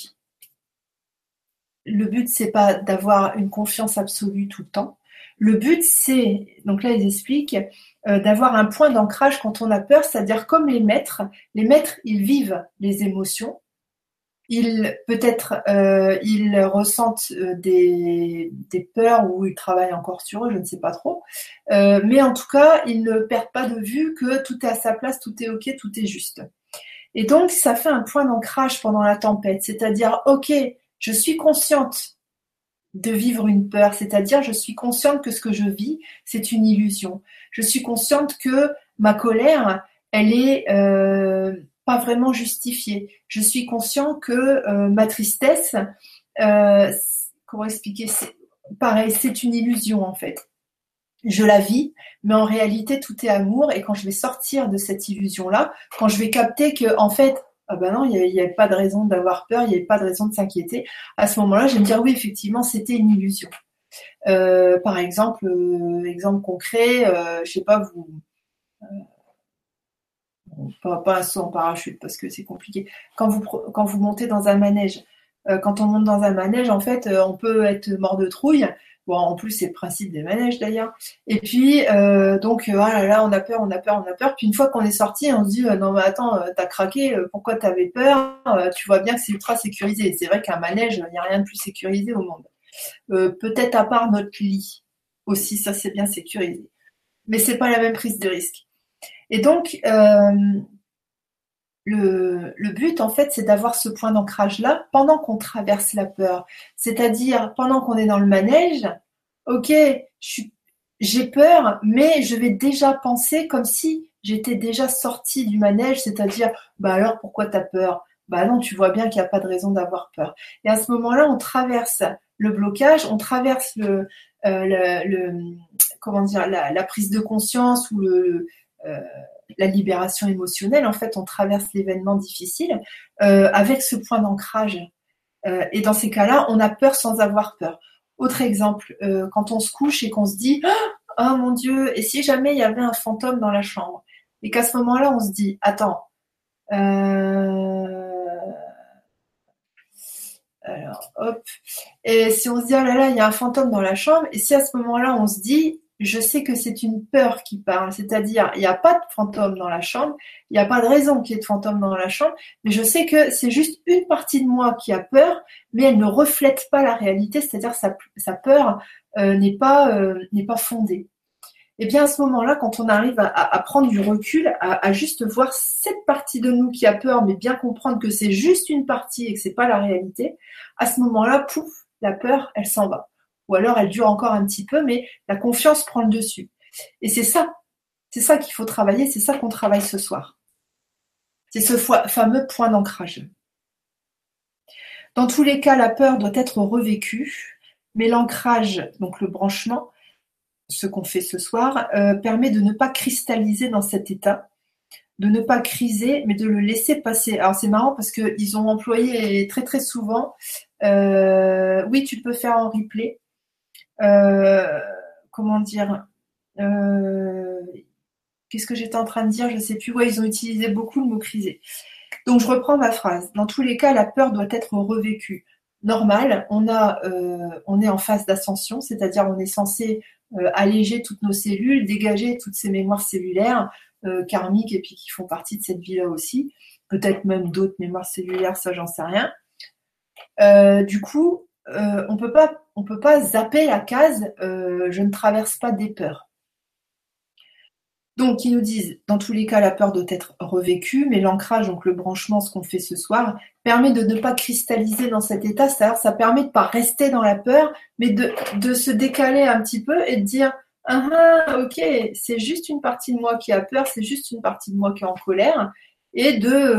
le but, c'est pas d'avoir une confiance absolue tout le temps. Le but, c'est, donc là, ils expliquent, d'avoir un point d'ancrage quand on a peur, c'est-à-dire comme les maîtres, ils vivent les émotions. Ils ressentent des peurs ou ils travaillent encore sur eux, je ne sais pas trop. Mais en tout cas, ils ne perdent pas de vue que tout est à sa place, tout est ok, tout est juste. Et donc, ça fait un point d'ancrage pendant la tempête, c'est-à-dire, ok, je suis consciente de vivre une peur, c'est-à-dire je suis consciente que ce que je vis, c'est une illusion. Je suis consciente que ma colère, elle est pas vraiment justifiée. Je suis conscient que ma tristesse, comment expliquer, pareil, c'est une illusion en fait. Je la vis, mais en réalité tout est amour. Et quand je vais sortir de cette illusion-là, quand je vais capter que en fait, ah ben non, il n'y avait pas de raison d'avoir peur, il n'y avait pas de raison de s'inquiéter. À ce moment-là, je vais me dire oui, effectivement, c'était une illusion. Par exemple, exemple concret, je sais pas vous. Pas un saut en parachute parce que c'est compliqué. Quand vous montez dans un manège, quand on monte dans un manège, en fait, on peut être mort de trouille. Bon, en plus, c'est le principe des manèges d'ailleurs. Et puis, donc, ah là là, on a peur. Puis une fois qu'on est sorti, on se dit, non mais attends, t'as craqué, pourquoi t'avais peur? Tu vois bien que c'est ultra sécurisé. Et c'est vrai qu'un manège, il n'y a rien de plus sécurisé au monde. Peut-être à part notre lit. Aussi, ça c'est bien sécurisé. Mais c'est pas la même prise de risque. Et donc, le but, en fait, c'est d'avoir ce point d'ancrage-là pendant qu'on traverse la peur. C'est-à-dire, pendant qu'on est dans le manège, ok, j'ai peur, mais je vais déjà penser comme si j'étais déjà sortie du manège, c'est-à-dire, bah alors pourquoi t'as peur? Bah non, tu vois bien qu'il n'y a pas de raison d'avoir peur. Et à ce moment-là, on traverse le blocage, on traverse comment dire, la prise de conscience ou la libération émotionnelle. En fait, on traverse l'événement difficile avec ce point d'ancrage. Et dans ces cas-là, on a peur sans avoir peur. Autre exemple, quand on se couche et qu'on se dit oh mon Dieu, et si jamais il y avait un fantôme dans la chambre? Et qu'à ce moment-là, on se dit, attends, alors hop, et si on se dit, oh là là, il y a un fantôme dans la chambre, et si à ce moment-là, on se dit, je sais que c'est une peur qui parle, c'est-à-dire, il n'y a pas de fantôme dans la chambre, il n'y a pas de raison qu'il y ait de fantôme dans la chambre, mais je sais que c'est juste une partie de moi qui a peur, mais elle ne reflète pas la réalité, c'est-à-dire sa peur n'est pas fondée. Et bien à ce moment-là, quand on arrive à prendre du recul, à juste voir cette partie de nous qui a peur, mais bien comprendre que c'est juste une partie et que c'est pas la réalité, à ce moment-là, pouf, la peur, elle s'en va. Ou alors elle dure encore un petit peu, mais la confiance prend le dessus. Et c'est ça qu'il faut travailler, c'est ça qu'on travaille ce soir. C'est ce fameux point d'ancrage. Dans tous les cas, la peur doit être revécue, mais l'ancrage, donc le branchement, ce qu'on fait ce soir, permet de ne pas cristalliser dans cet état, de ne pas criser, mais de le laisser passer. Alors c'est marrant parce qu'ils ont employé très très souvent, oui tu peux faire en replay, comment dire, qu'est-ce que j'étais en train de dire, je sais plus, ouais ils ont utilisé beaucoup le mot criser. Donc je reprends ma phrase. Dans tous les cas, la peur doit être revécue. Normal, on est en phase d'ascension, c'est-à-dire on est censé alléger toutes nos cellules, dégager toutes ces mémoires cellulaires karmiques et puis qui font partie de cette vie-là aussi. Peut-être même d'autres mémoires cellulaires, ça j'en sais rien. Du coup, on peut pas zapper la case je ne traverse pas des peurs. Donc, ils nous disent, dans tous les cas, la peur doit être revécue, mais l'ancrage, donc le branchement, ce qu'on fait ce soir, permet de ne pas cristalliser dans cet état, c'est-à-dire ça permet de ne pas rester dans la peur, mais de se décaler un petit peu et de dire, ah, ok, c'est juste une partie de moi qui a peur, c'est juste une partie de moi qui est en colère, et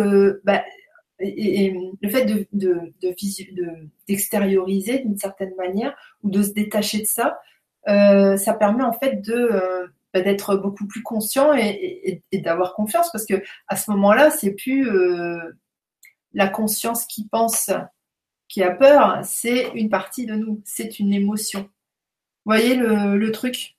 et le fait d'extérioriser d'une certaine manière, ou de se détacher de ça, ça permet en fait d'être beaucoup plus conscient et d'avoir confiance parce que à ce moment-là, c'est plus la conscience qui pense, qui a peur, c'est une partie de nous, c'est une émotion. Vous voyez le truc?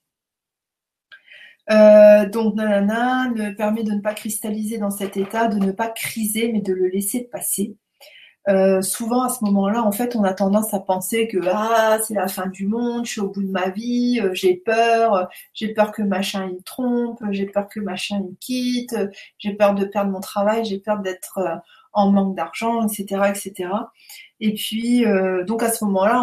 Donc nanana permet de ne pas cristalliser dans cet état, de ne pas criser, mais de le laisser passer. Souvent à ce moment-là, en fait, on a tendance à penser que c'est la fin du monde, je suis au bout de ma vie, j'ai peur que machin il me trompe, j'ai peur que machin il me quitte, j'ai peur de perdre mon travail, j'ai peur d'être en manque d'argent, etc., etc. Et puis donc à ce moment-là,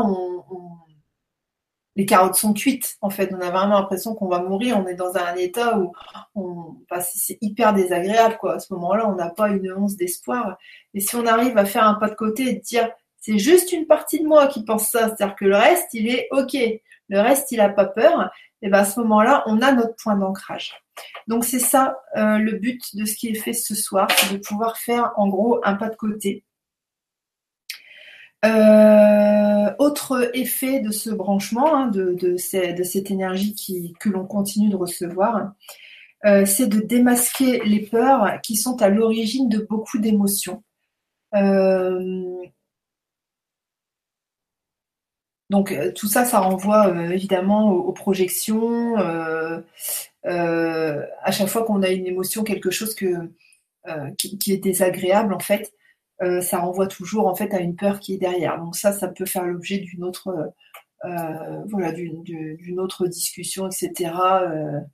les carottes sont cuites. En fait, on a vraiment l'impression qu'on va mourir. On est dans un état où c'est hyper désagréable, quoi. À ce moment-là, on n'a pas une once d'espoir. Et si on arrive à faire un pas de côté et de dire, c'est juste une partie de moi qui pense ça, c'est-à-dire que le reste, il est ok. Le reste, il a pas peur. Et ben à ce moment-là, on a notre point d'ancrage. Donc c'est ça le but de ce qui est fait ce soir, c'est de pouvoir faire en gros un pas de côté. Autre effet de ce branchement, hein, de cette énergie que l'on continue de recevoir, c'est de démasquer les peurs qui sont à l'origine de beaucoup d'émotions. Donc tout ça, ça renvoie évidemment aux projections. À chaque fois qu'on a une émotion, quelque chose qui est désagréable, en fait, ça renvoie toujours en fait à une peur qui est derrière. Donc ça peut faire l'objet d'une autre, voilà, d'une autre discussion, etc.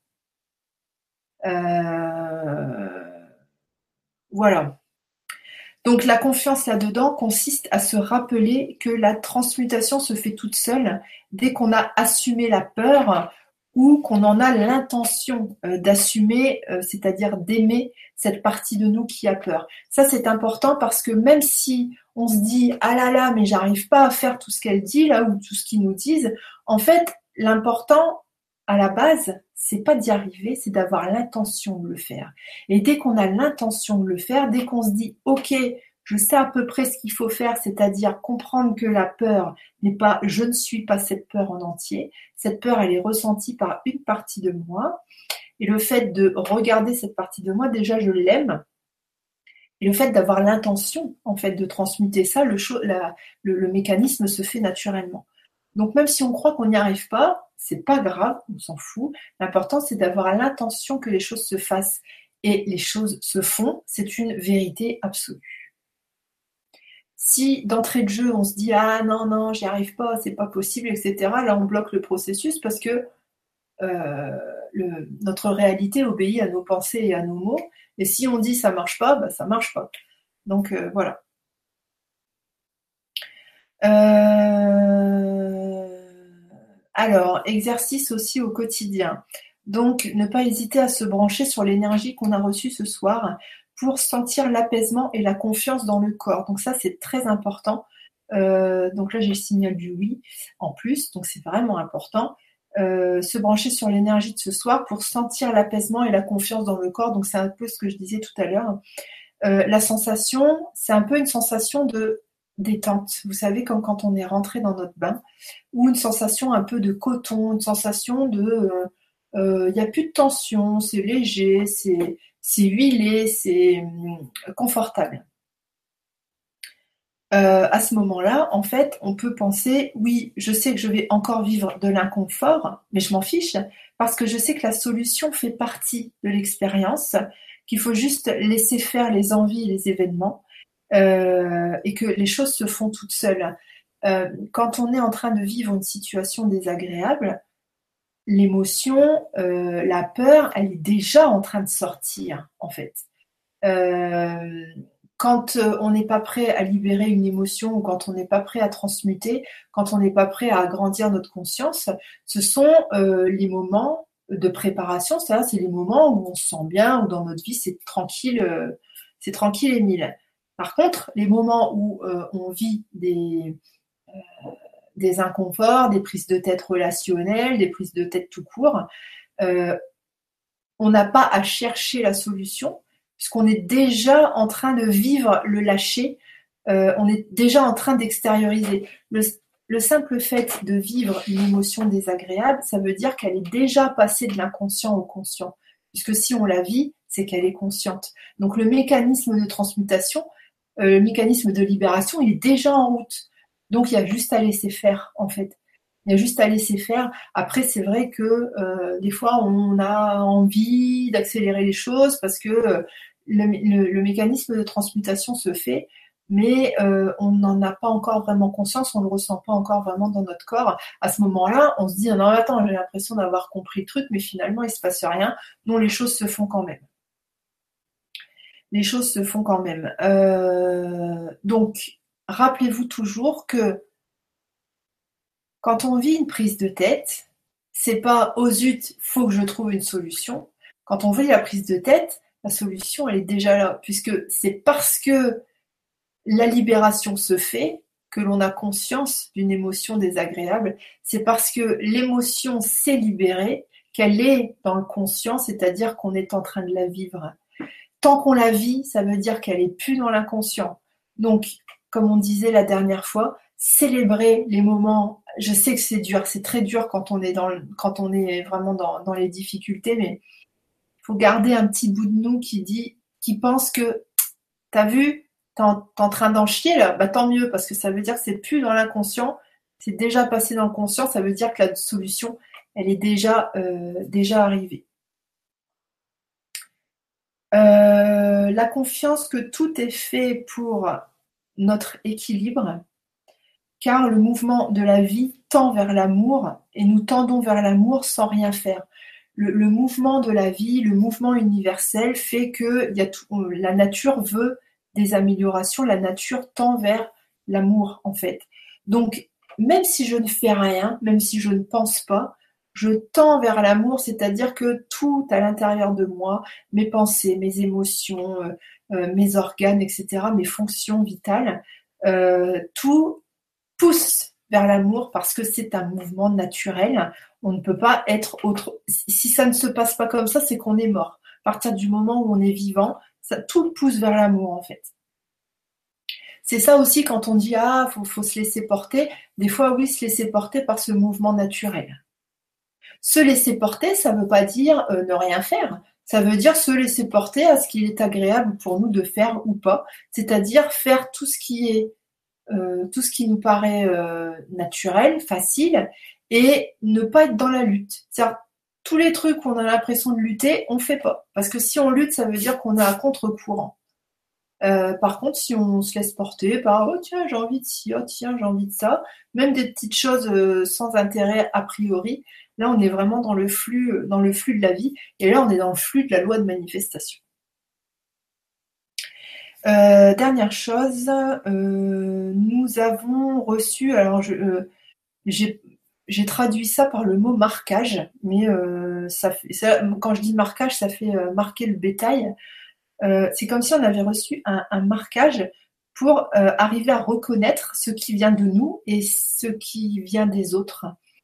Voilà. Donc la confiance là-dedans consiste à se rappeler que la transmutation se fait toute seule dès qu'on a assumé la peur ou qu'on en a l'intention d'assumer, c'est-à-dire d'aimer cette partie de nous qui a peur. Ça, c'est important parce que même si on se dit « Ah là là, mais j'arrive pas à faire tout ce qu'elle dit là ou tout ce qu'ils nous disent », en fait, l'important à la base, c'est pas d'y arriver, c'est d'avoir l'intention de le faire. Et dès qu'on a l'intention de le faire, dès qu'on se dit « Ok, je sais à peu près ce qu'il faut faire, c'est-à-dire comprendre que la peur n'est pas « je ne suis pas cette peur en entier », cette peur elle est ressentie par une partie de moi, et le fait de regarder cette partie de moi, déjà je l'aime, et le fait d'avoir l'intention en fait de transmuter ça, le mécanisme se fait naturellement. Donc même si on croit qu'on n'y arrive pas, c'est pas grave, on s'en fout. L'important, c'est d'avoir l'intention que les choses se fassent. Et les choses se font, c'est une vérité absolue. Si d'entrée de jeu, on se dit ah non, non, j'y arrive pas, c'est pas possible, etc., là on bloque le processus parce que notre réalité obéit à nos pensées et à nos mots. Et si on dit ça marche pas, bah, ça marche pas. Donc voilà. Alors, exercice aussi au quotidien. Donc, ne pas hésiter à se brancher sur l'énergie qu'on a reçue ce soir pour sentir l'apaisement et la confiance dans le corps. Donc ça, c'est très important. Donc là, j'ai le signal du oui en plus, donc c'est vraiment important. Se brancher sur l'énergie de ce soir pour sentir l'apaisement et la confiance dans le corps. Donc c'est un peu ce que je disais tout à l'heure. La sensation, c'est un peu une sensation de détente. Vous savez, comme quand on est rentré dans notre bain, ou une sensation un peu de coton, une sensation de il n'y a plus de tension, c'est léger, c'est huilé, c'est confortable. À ce moment-là, en fait, on peut penser, oui, je sais que je vais encore vivre de l'inconfort, mais je m'en fiche, parce que je sais que la solution fait partie de l'expérience, qu'il faut juste laisser faire les envies et les événements, et que les choses se font toutes seules. Quand on est en train de vivre une situation désagréable, l'émotion, la peur, elle est déjà en train de sortir, en fait. Euh, Quand on n'est pas prêt à libérer une émotion ou quand on n'est pas prêt à transmuter, quand on n'est pas prêt à agrandir notre conscience, ce sont les moments de préparation, ça, c'est les moments où on se sent bien, où dans notre vie c'est tranquille et mille. Par contre, les moments où on vit des inconforts, des prises de tête relationnelles, des prises de tête tout court, euh, on n'a pas à chercher la solution, puisqu'on est déjà en train de vivre le lâcher, on est déjà en train d'extérioriser. Le simple fait de vivre une émotion désagréable, ça veut dire qu'elle est déjà passée de l'inconscient au conscient, puisque si on la vit, c'est qu'elle est consciente. Donc le mécanisme de transmutation, le mécanisme de libération, il est déjà en route. Donc il y a juste à laisser faire, en fait. Il y a juste à laisser faire. Après, c'est vrai que des fois, on a envie d'accélérer les choses parce que le mécanisme de transmutation se fait, mais on n'en a pas encore vraiment conscience, on ne le ressent pas encore vraiment dans notre corps. À ce moment-là, on se dit, non, attends, j'ai l'impression d'avoir compris le truc, mais finalement, il ne se passe rien. Non, les choses se font quand même. Les choses se font quand même. Donc, rappelez-vous toujours que quand on vit une prise de tête, c'est pas oh zut, faut que je trouve une solution. Quand on vit la prise de tête, la solution elle est déjà là, puisque c'est parce que la libération se fait que l'on a conscience d'une émotion désagréable. C'est parce que l'émotion s'est libérée qu'elle est dans le conscient, c'est-à-dire qu'on est en train de la vivre. Tant qu'on la vit, ça veut dire qu'elle est plus dans l'inconscient. Donc, comme on disait la dernière fois, célébrer les moments. Je sais que c'est dur, c'est très dur quand on est quand on est vraiment dans les difficultés, mais il faut garder un petit bout de nous qui pense que t'as vu, t'es en train d'en chier là, bah tant mieux parce que ça veut dire que c'est plus dans l'inconscient, c'est déjà passé dans le conscient, ça veut dire que la solution elle est déjà arrivée. La confiance que tout est fait pour notre équilibre, car le mouvement de la vie tend vers l'amour et nous tendons vers l'amour sans rien faire. Le mouvement de la vie, le mouvement universel fait que la nature veut des améliorations, la nature tend vers l'amour en fait. Donc même si je ne fais rien, même si je ne pense pas, je tends vers l'amour, c'est-à-dire que tout à l'intérieur de moi, mes pensées, mes émotions, mes organes, etc., mes fonctions vitales, tout pousse vers l'amour parce que c'est un mouvement naturel. On ne peut pas être autre. Si ça ne se passe pas comme ça, c'est qu'on est mort. À partir du moment où on est vivant, tout pousse vers l'amour en fait. C'est ça aussi quand on dit ah faut se laisser porter. Des fois oui, se laisser porter par ce mouvement naturel. Se laisser porter, ça ne veut pas dire ne rien faire. Ça veut dire se laisser porter à ce qu'il est agréable pour nous de faire ou pas. C'est-à-dire faire tout ce qui est tout ce qui nous paraît naturel, facile, et ne pas être dans la lutte. C'est-à-dire, tous les trucs où on a l'impression de lutter, on fait pas. Parce que si on lutte, ça veut dire qu'on est à contre-courant. Par contre, si on se laisse porter par oh tiens j'ai envie de ci, oh tiens j'ai envie de ça, même des petites choses sans intérêt a priori, là on est vraiment dans le flux de la vie, et là on est dans le flux de la loi de manifestation. Dernière chose, nous avons reçu, alors j'ai traduit ça par le mot marquage, mais quand je dis marquage, ça fait marquer le bétail. C'est comme si on avait reçu un marquage pour arriver à reconnaître ce qui vient de nous et ce qui vient des autres,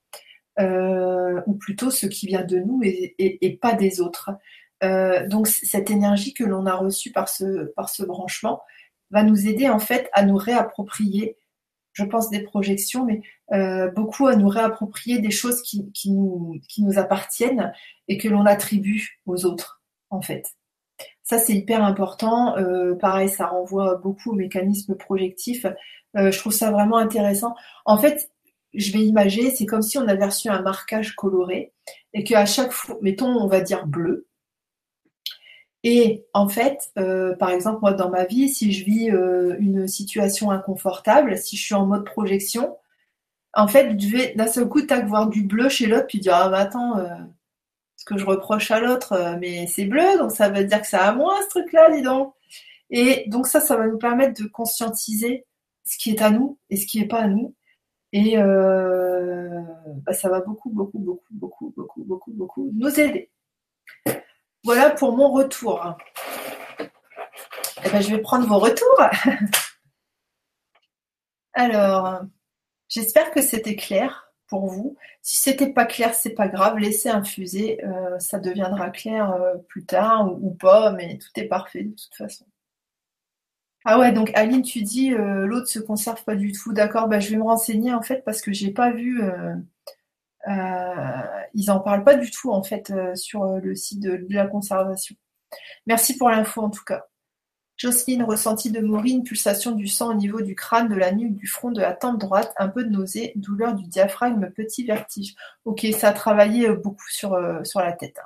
ou plutôt ce qui vient de nous et pas des autres. Donc cette énergie que l'on a reçue par ce branchement va nous aider en fait à nous réapproprier, je pense des projections, mais beaucoup à nous réapproprier des choses qui nous appartiennent et que l'on attribue aux autres en fait. Ça, c'est hyper important. Pareil, ça renvoie beaucoup au mécanisme projectif. Je trouve ça vraiment intéressant. En fait, je vais imager, c'est comme si on avait reçu un marquage coloré et qu'à chaque fois, mettons, on va dire bleu. Et en fait, par exemple, moi, dans ma vie, si je vis une situation inconfortable, si je suis en mode projection, en fait, je vais d'un seul coup, tac, voir du bleu chez l'autre, puis dire, ah, mais attends, ce que je reproche à l'autre, mais c'est bleu, donc ça veut dire que c'est à moi ce truc-là, dis donc. Et donc ça va nous permettre de conscientiser ce qui est à nous et ce qui n'est pas à nous. Et ça va beaucoup, beaucoup, beaucoup, beaucoup, beaucoup, beaucoup, beaucoup nous aider. Voilà pour mon retour. Et ben, je vais prendre vos retours. Alors, j'espère que c'était clair pour vous. Si c'était pas clair, c'est pas grave, laissez infuser, ça deviendra clair plus tard ou pas, mais tout est parfait de toute façon. Ah ouais, donc Aline, tu dis l'autre se conserve pas du tout. D'accord, bah, je vais me renseigner en fait parce que j'ai pas vu. Ils en parlent pas du tout en fait sur le site de la conservation. Merci pour l'info en tout cas. Jocelyne, ressenti de Maureen, pulsation du sang au niveau du crâne, de la nuque, du front, de la tempe droite, un peu de nausée, douleur du diaphragme, petit vertige. Ok, ça a travaillé beaucoup sur la tête.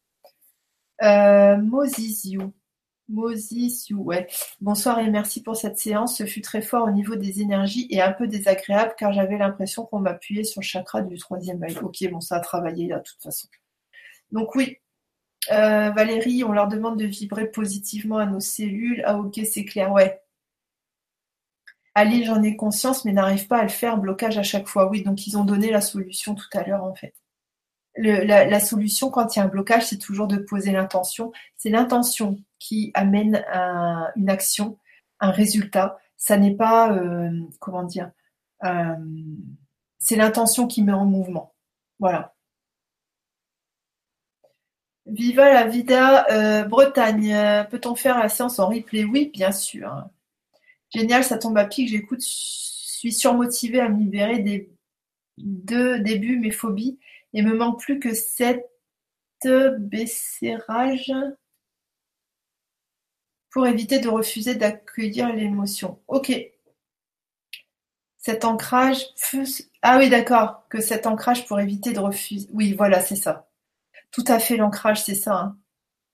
Mosiziou. Mosisiu, ouais. Bonsoir et merci pour cette séance. Ce fut très fort au niveau des énergies et un peu désagréable car j'avais l'impression qu'on m'appuyait sur le chakra du troisième œil. Ok, bon, ça a travaillé là, de toute façon. Donc oui, Valérie, on leur demande de vibrer positivement à nos cellules. Ah ok, c'est clair, ouais. Allez, j'en ai conscience, mais n'arrive pas à le faire, blocage à chaque fois. Oui, donc ils ont donné la solution tout à l'heure en fait. La solution quand il y a un blocage, c'est toujours de poser l'intention. C'est l'intention qui amène une action, un résultat. Ça n'est pas, comment dire, euh, c'est l'intention qui met en mouvement. Voilà. Viva la vida Bretagne. Peut-on faire la séance en replay? Oui, bien sûr. Génial, ça tombe à pic, j'écoute, suis surmotivée à me libérer de début mes phobies et me manque plus que cette besserrage pour éviter de refuser d'accueillir l'émotion. Ok. Cet ancrage. Ah oui, d'accord. Que cet ancrage pour éviter de refuser. Oui, voilà, c'est ça. Tout à fait, l'ancrage, c'est ça. Hein.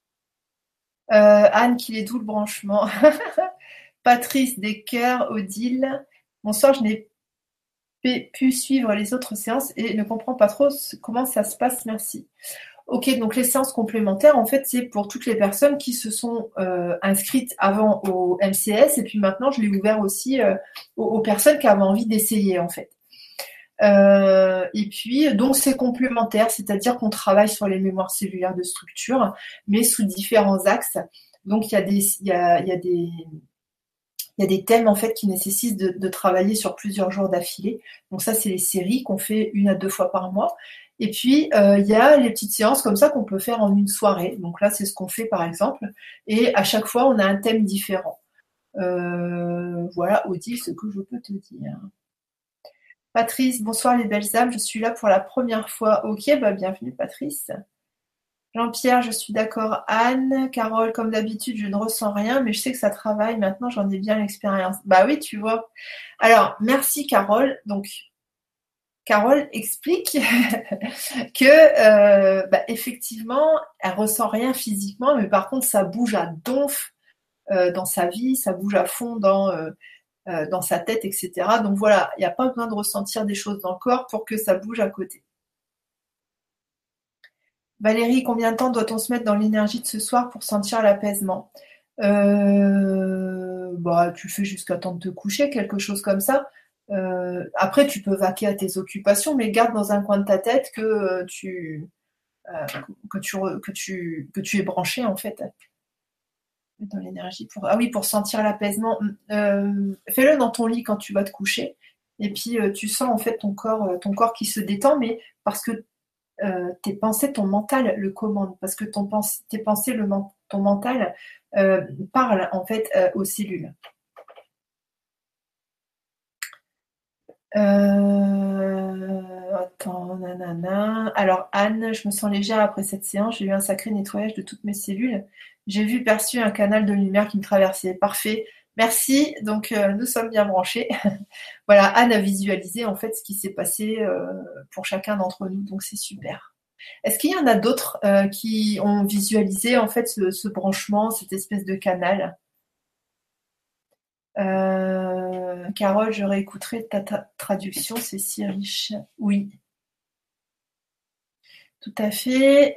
Anne, qu'il est doux le branchement. Patrice, des cœurs, Odile. Bonsoir, je n'ai pu suivre les autres séances et ne comprends pas trop comment ça se passe. Merci. Ok, donc les séances complémentaires, en fait, c'est pour toutes les personnes qui se sont inscrites avant au MCS et puis maintenant, je l'ai ouvert aussi aux personnes qui avaient envie d'essayer, en fait. Et puis, donc, c'est complémentaire, c'est-à-dire qu'on travaille sur les mémoires cellulaires de structure, mais sous différents axes. Donc, il y a des thèmes en fait qui nécessitent de travailler sur plusieurs jours d'affilée. Donc ça, c'est les séries qu'on fait 1 à 2 fois par mois. Et puis, il y a les petites séances comme ça qu'on peut faire en une soirée. Donc là, c'est ce qu'on fait par exemple. Et à chaque fois, on a un thème différent. Voilà, Odile, ce que je peux te dire. Patrice, bonsoir les belles âmes. Je suis là pour la première fois. Ok, bah bienvenue Patrice. Jean-Pierre, je suis d'accord. Anne, Carole, comme d'habitude, je ne ressens rien, mais je sais que ça travaille. Maintenant, j'en ai bien l'expérience. Bah oui, tu vois. Alors, merci Carole. Donc, Carole explique que effectivement, elle ressent rien physiquement, mais par contre, ça bouge à donf dans sa vie, ça bouge à fond dans sa tête, etc. Donc voilà, il n'y a pas besoin de ressentir des choses dans le corps pour que ça bouge à côté. Valérie, combien de temps doit-on se mettre dans l'énergie de ce soir pour sentir l'apaisement? Tu fais jusqu'à temps de te coucher, quelque chose comme ça. Après, tu peux vaquer à tes occupations, mais garde dans un coin de ta tête que tu es branché en fait dans l'énergie pour sentir l'apaisement. Fais-le dans ton lit quand tu vas te coucher, et puis tu sens en fait ton corps qui se détend, mais parce que tes pensées, ton mental le commande, parce que tes pensées, ton mental parle en fait aux cellules. Attends, nanana. Alors Anne, je me sens légère après cette séance. J'ai eu un sacré nettoyage de toutes mes cellules. J'ai perçu un canal de lumière qui me traversait. Parfait. Merci. Donc nous sommes bien branchés. Voilà, Anne a visualisé en fait ce qui s'est passé pour chacun d'entre nous. Donc c'est super. Est-ce qu'il y en a d'autres qui ont visualisé en fait ce branchement, cette espèce de canal? Carole, je réécouterai ta traduction, c'est si riche. Oui, tout à fait.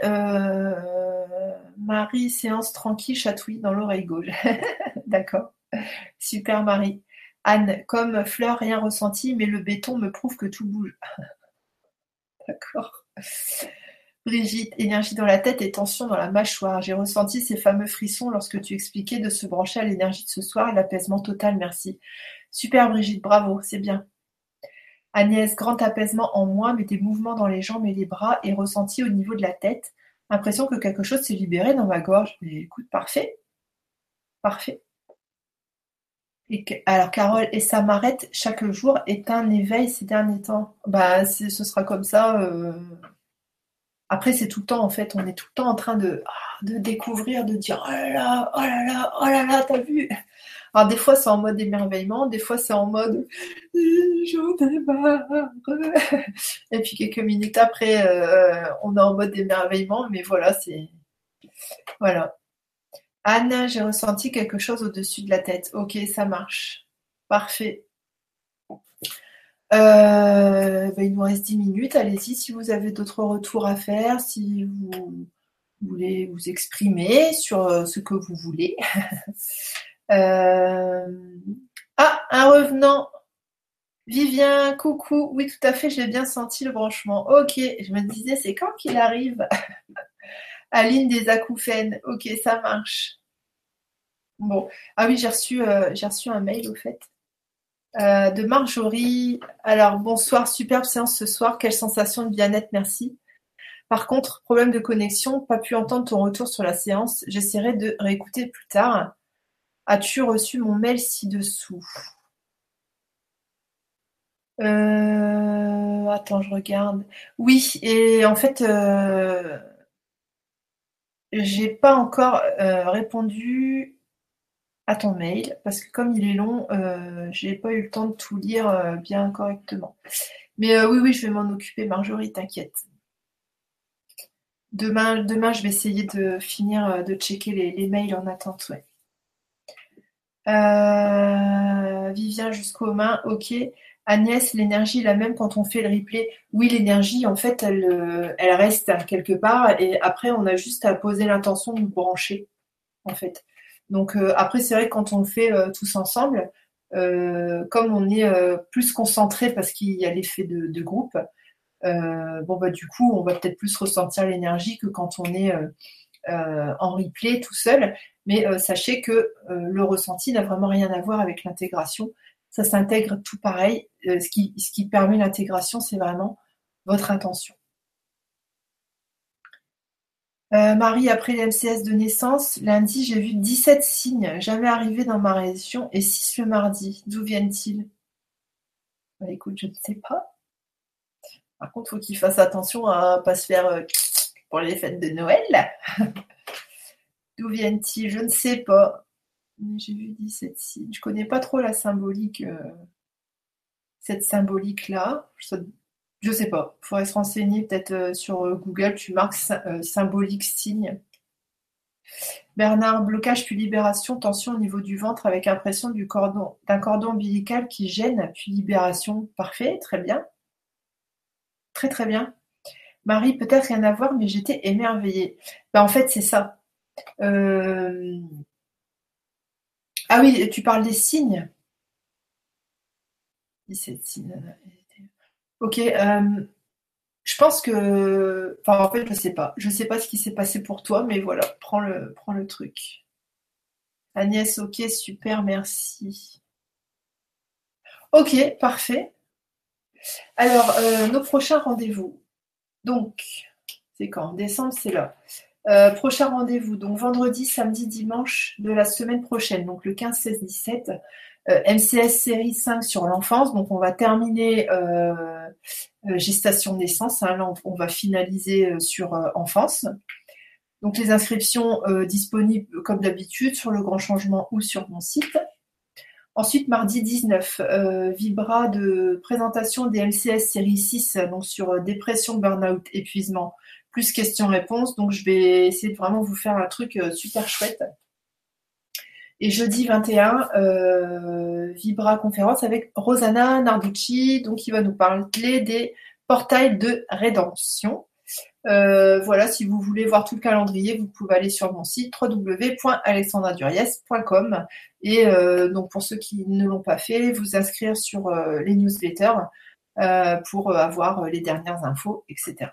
Marie, séance tranquille, chatouille dans l'oreille gauche. D'accord. Super Marie. Anne, comme fleur, rien ressenti, mais le béton me prouve que tout bouge. D'accord. Brigitte, énergie dans la tête et tension dans la mâchoire. J'ai ressenti ces fameux frissons lorsque tu expliquais de se brancher à l'énergie de ce soir et l'apaisement total, merci. Super Brigitte, bravo, c'est bien. Agnès, grand apaisement en moi, mais des mouvements dans les jambes et les bras et ressenti au niveau de la tête. Impression que quelque chose s'est libéré dans ma gorge. Mais écoute, parfait, parfait. Alors Carole, et ça m'arrête chaque jour est un éveil ces derniers temps. Bah, ce sera comme ça. Après, c'est tout le temps, en fait, on est tout le temps en train de découvrir, de dire oh là là, oh là là, oh là là, t'as vu? Alors, des fois, c'est en mode émerveillement, des fois, c'est en mode j'en ai marre. Et puis, quelques minutes après, on est en mode émerveillement, mais voilà, c'est. Voilà. Anne, j'ai ressenti quelque chose au-dessus de la tête. Ok, ça marche. Parfait. Il nous reste 10 minutes. Allez-y si vous avez d'autres retours à faire, si vous voulez vous exprimer sur ce que vous voulez. Un revenant. Vivien, coucou. Oui, tout à fait, j'ai bien senti le branchement. Ok, je me disais, c'est quand qu'il arrive? Aline des acouphènes. Ok, ça marche. Bon. Ah oui, j'ai reçu un mail au fait. De Marjorie. Alors, bonsoir, superbe séance ce soir. Quelle sensation de bien-être, merci. Par contre, problème de connexion, pas pu entendre ton retour sur la séance. J'essaierai de réécouter plus tard. As-tu reçu mon mail ci-dessous? Attends, je regarde. Oui, et en fait, j'ai pas encore répondu à ton mail parce que comme il est long, j'ai pas eu le temps de tout lire bien correctement. Mais oui, je vais m'en occuper, Marjorie, t'inquiète. Demain, je vais essayer de finir de checker les mails en attente, ouais. Vivien jusqu'aux mains, ok. Agnès, l'énergie est la même quand on fait le replay. Oui, l'énergie, en fait, elle reste quelque part et après, on a juste à poser l'intention de nous brancher, en fait. Donc après, c'est vrai que quand on le fait tous ensemble, comme on est plus concentré parce qu'il y a l'effet de groupe, du coup, on va peut-être plus ressentir l'énergie que quand on est en replay tout seul. Mais sachez que le ressenti n'a vraiment rien à voir avec l'intégration. Ça s'intègre tout pareil. Ce qui permet l'intégration, c'est vraiment votre intention. Marie, après les MCS de naissance, lundi, j'ai vu 17 signes jamais arrivés dans ma région et 6 le mardi. D'où viennent-ils? Bah, écoute, je ne sais pas. Par contre, il faut qu'il fasse attention à ne pas se faire pour les fêtes de Noël. D'où viennent-ils? Je ne sais pas. J'ai vu 17 signes. Je connais pas trop la symbolique, cette symbolique-là. Je sais pas. Il faudrait se renseigner peut-être sur Google. Tu marques symbolique signe. Bernard, blocage puis libération, tension au niveau du ventre avec impression d'un cordon ombilical qui gêne, puis libération. Parfait, très bien. Très très bien. Marie, peut-être rien à voir, mais j'étais émerveillée. En fait, c'est ça. Ah oui, tu parles des signes. 17 signes. Ok, je pense que. Enfin, en fait, je sais pas. Je sais pas ce qui s'est passé pour toi, mais voilà, prends le truc. Agnès, ok, super, merci. Ok, parfait. Alors, nos prochains rendez-vous. Donc, c'est quand? Décembre, c'est là. Prochain rendez-vous, donc vendredi, samedi, dimanche de la semaine prochaine, donc le 15, 16, 17. MCS série 5 sur l'enfance, donc on va terminer gestation-naissance, hein, là on va finaliser sur enfance. Donc les inscriptions disponibles comme d'habitude sur le Grand Changement ou sur mon site. Ensuite, mardi 19, Vibra de présentation des MCS série 6, donc sur dépression, burn-out, épuisement, plus questions-réponses. Donc je vais essayer de vraiment vous faire un truc super chouette. Et jeudi 21, Vibra conférence avec Rosanna Narducci, donc qui va nous parler des portails de rédemption. Voilà, si vous voulez voir tout le calendrier, vous pouvez aller sur mon site www.alexandraduriez.com et donc pour ceux qui ne l'ont pas fait, vous inscrire sur les newsletters pour avoir les dernières infos, etc.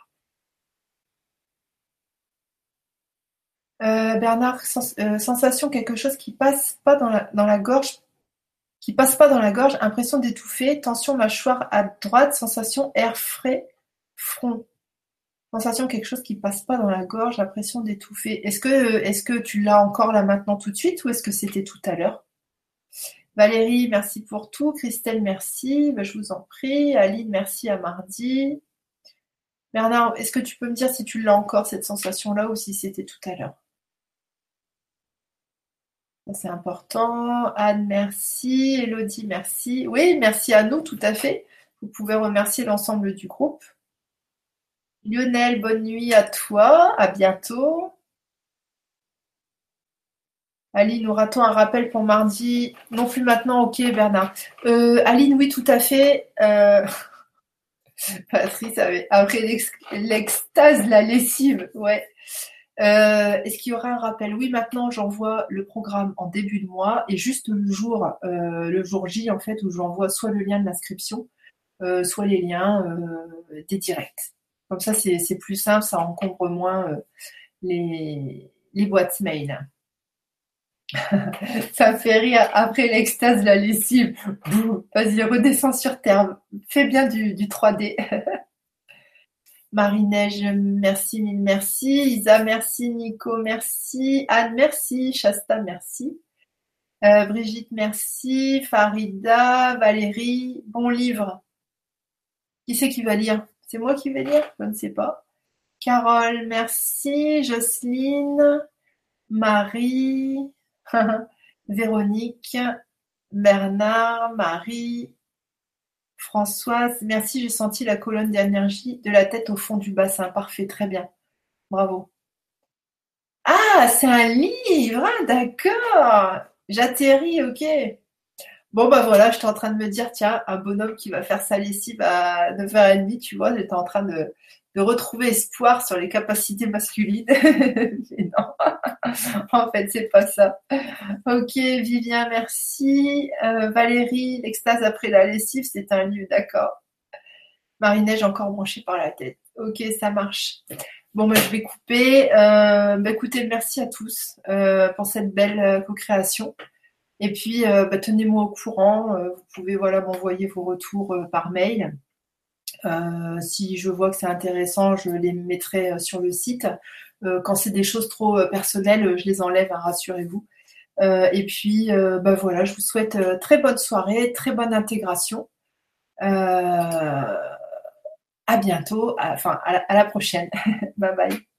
Bernard, sensation quelque chose qui passe pas dans la gorge, qui passe pas dans la gorge, impression d'étouffer, tension mâchoire à droite, sensation air frais, front. Sensation quelque chose qui passe pas dans la gorge, impression d'étouffer. Est-ce que tu l'as encore là maintenant tout de suite ou est-ce que c'était tout à l'heure? Valérie, merci pour tout. Christelle, merci. Je vous en prie. Aline, merci à mardi. Bernard, est-ce que tu peux me dire si tu l'as encore cette sensation-là ou si c'était tout à l'heure? Ça, c'est important. Anne, merci. Elodie, merci. Oui, merci à nous, tout à fait. Vous pouvez remercier l'ensemble du groupe. Lionel, bonne nuit à toi. À bientôt. Aline, aura-t-on un rappel pour mardi? Non plus maintenant, ok Bernard. Aline, oui, tout à fait. Patrice avait après l'extase, la lessive, ouais. Est-ce qu'il y aura un rappel? Oui, maintenant j'envoie le programme en début de mois et juste le jour J en fait, où j'envoie soit le lien de l'inscription, soit les liens des directs. Comme ça, c'est plus simple, ça encombre moins les boîtes mail. Ça me fait rire après l'extase, la lessive. Vas-y, redescends sur terre. Fais bien du 3D. Marie-Neige, merci, mille merci. Isa, merci. Nico, merci. Anne, merci. Shasta, merci. Brigitte, merci. Farida, Valérie, bon livre. Qui c'est qui va lire? C'est moi qui vais lire? Je ne sais pas. Carole, merci. Jocelyne, Marie, Véronique, Bernard, Marie, Françoise, merci, j'ai senti la colonne d'énergie de la tête au fond du bassin. Parfait, très bien. Bravo. Ah, c'est un livre, ah, d'accord. J'atterris, ok. Bon, bah voilà, j'étais en train de me dire, tiens, un bonhomme qui va faire sa lessive à 9h30, tu vois, j'étais en train de retrouver espoir sur les capacités masculines. Mais non, en fait, c'est pas ça. Ok, Vivien, merci. Valérie, l'extase après la lessive, c'est un livre, d'accord. Marie-Neige encore branchée par la tête. Ok, ça marche. Bon, bah, je vais couper. Écoutez, merci à tous pour cette belle co-création. Et puis, tenez-moi au courant. Vous pouvez voilà, m'envoyer vos retours par mail. Si je vois que c'est intéressant, je les mettrai sur le site. Quand c'est des choses trop personnelles, je les enlève, hein, rassurez-vous. Et puis, voilà, je vous souhaite très bonne soirée, très bonne intégration. À bientôt, à la prochaine. Bye bye.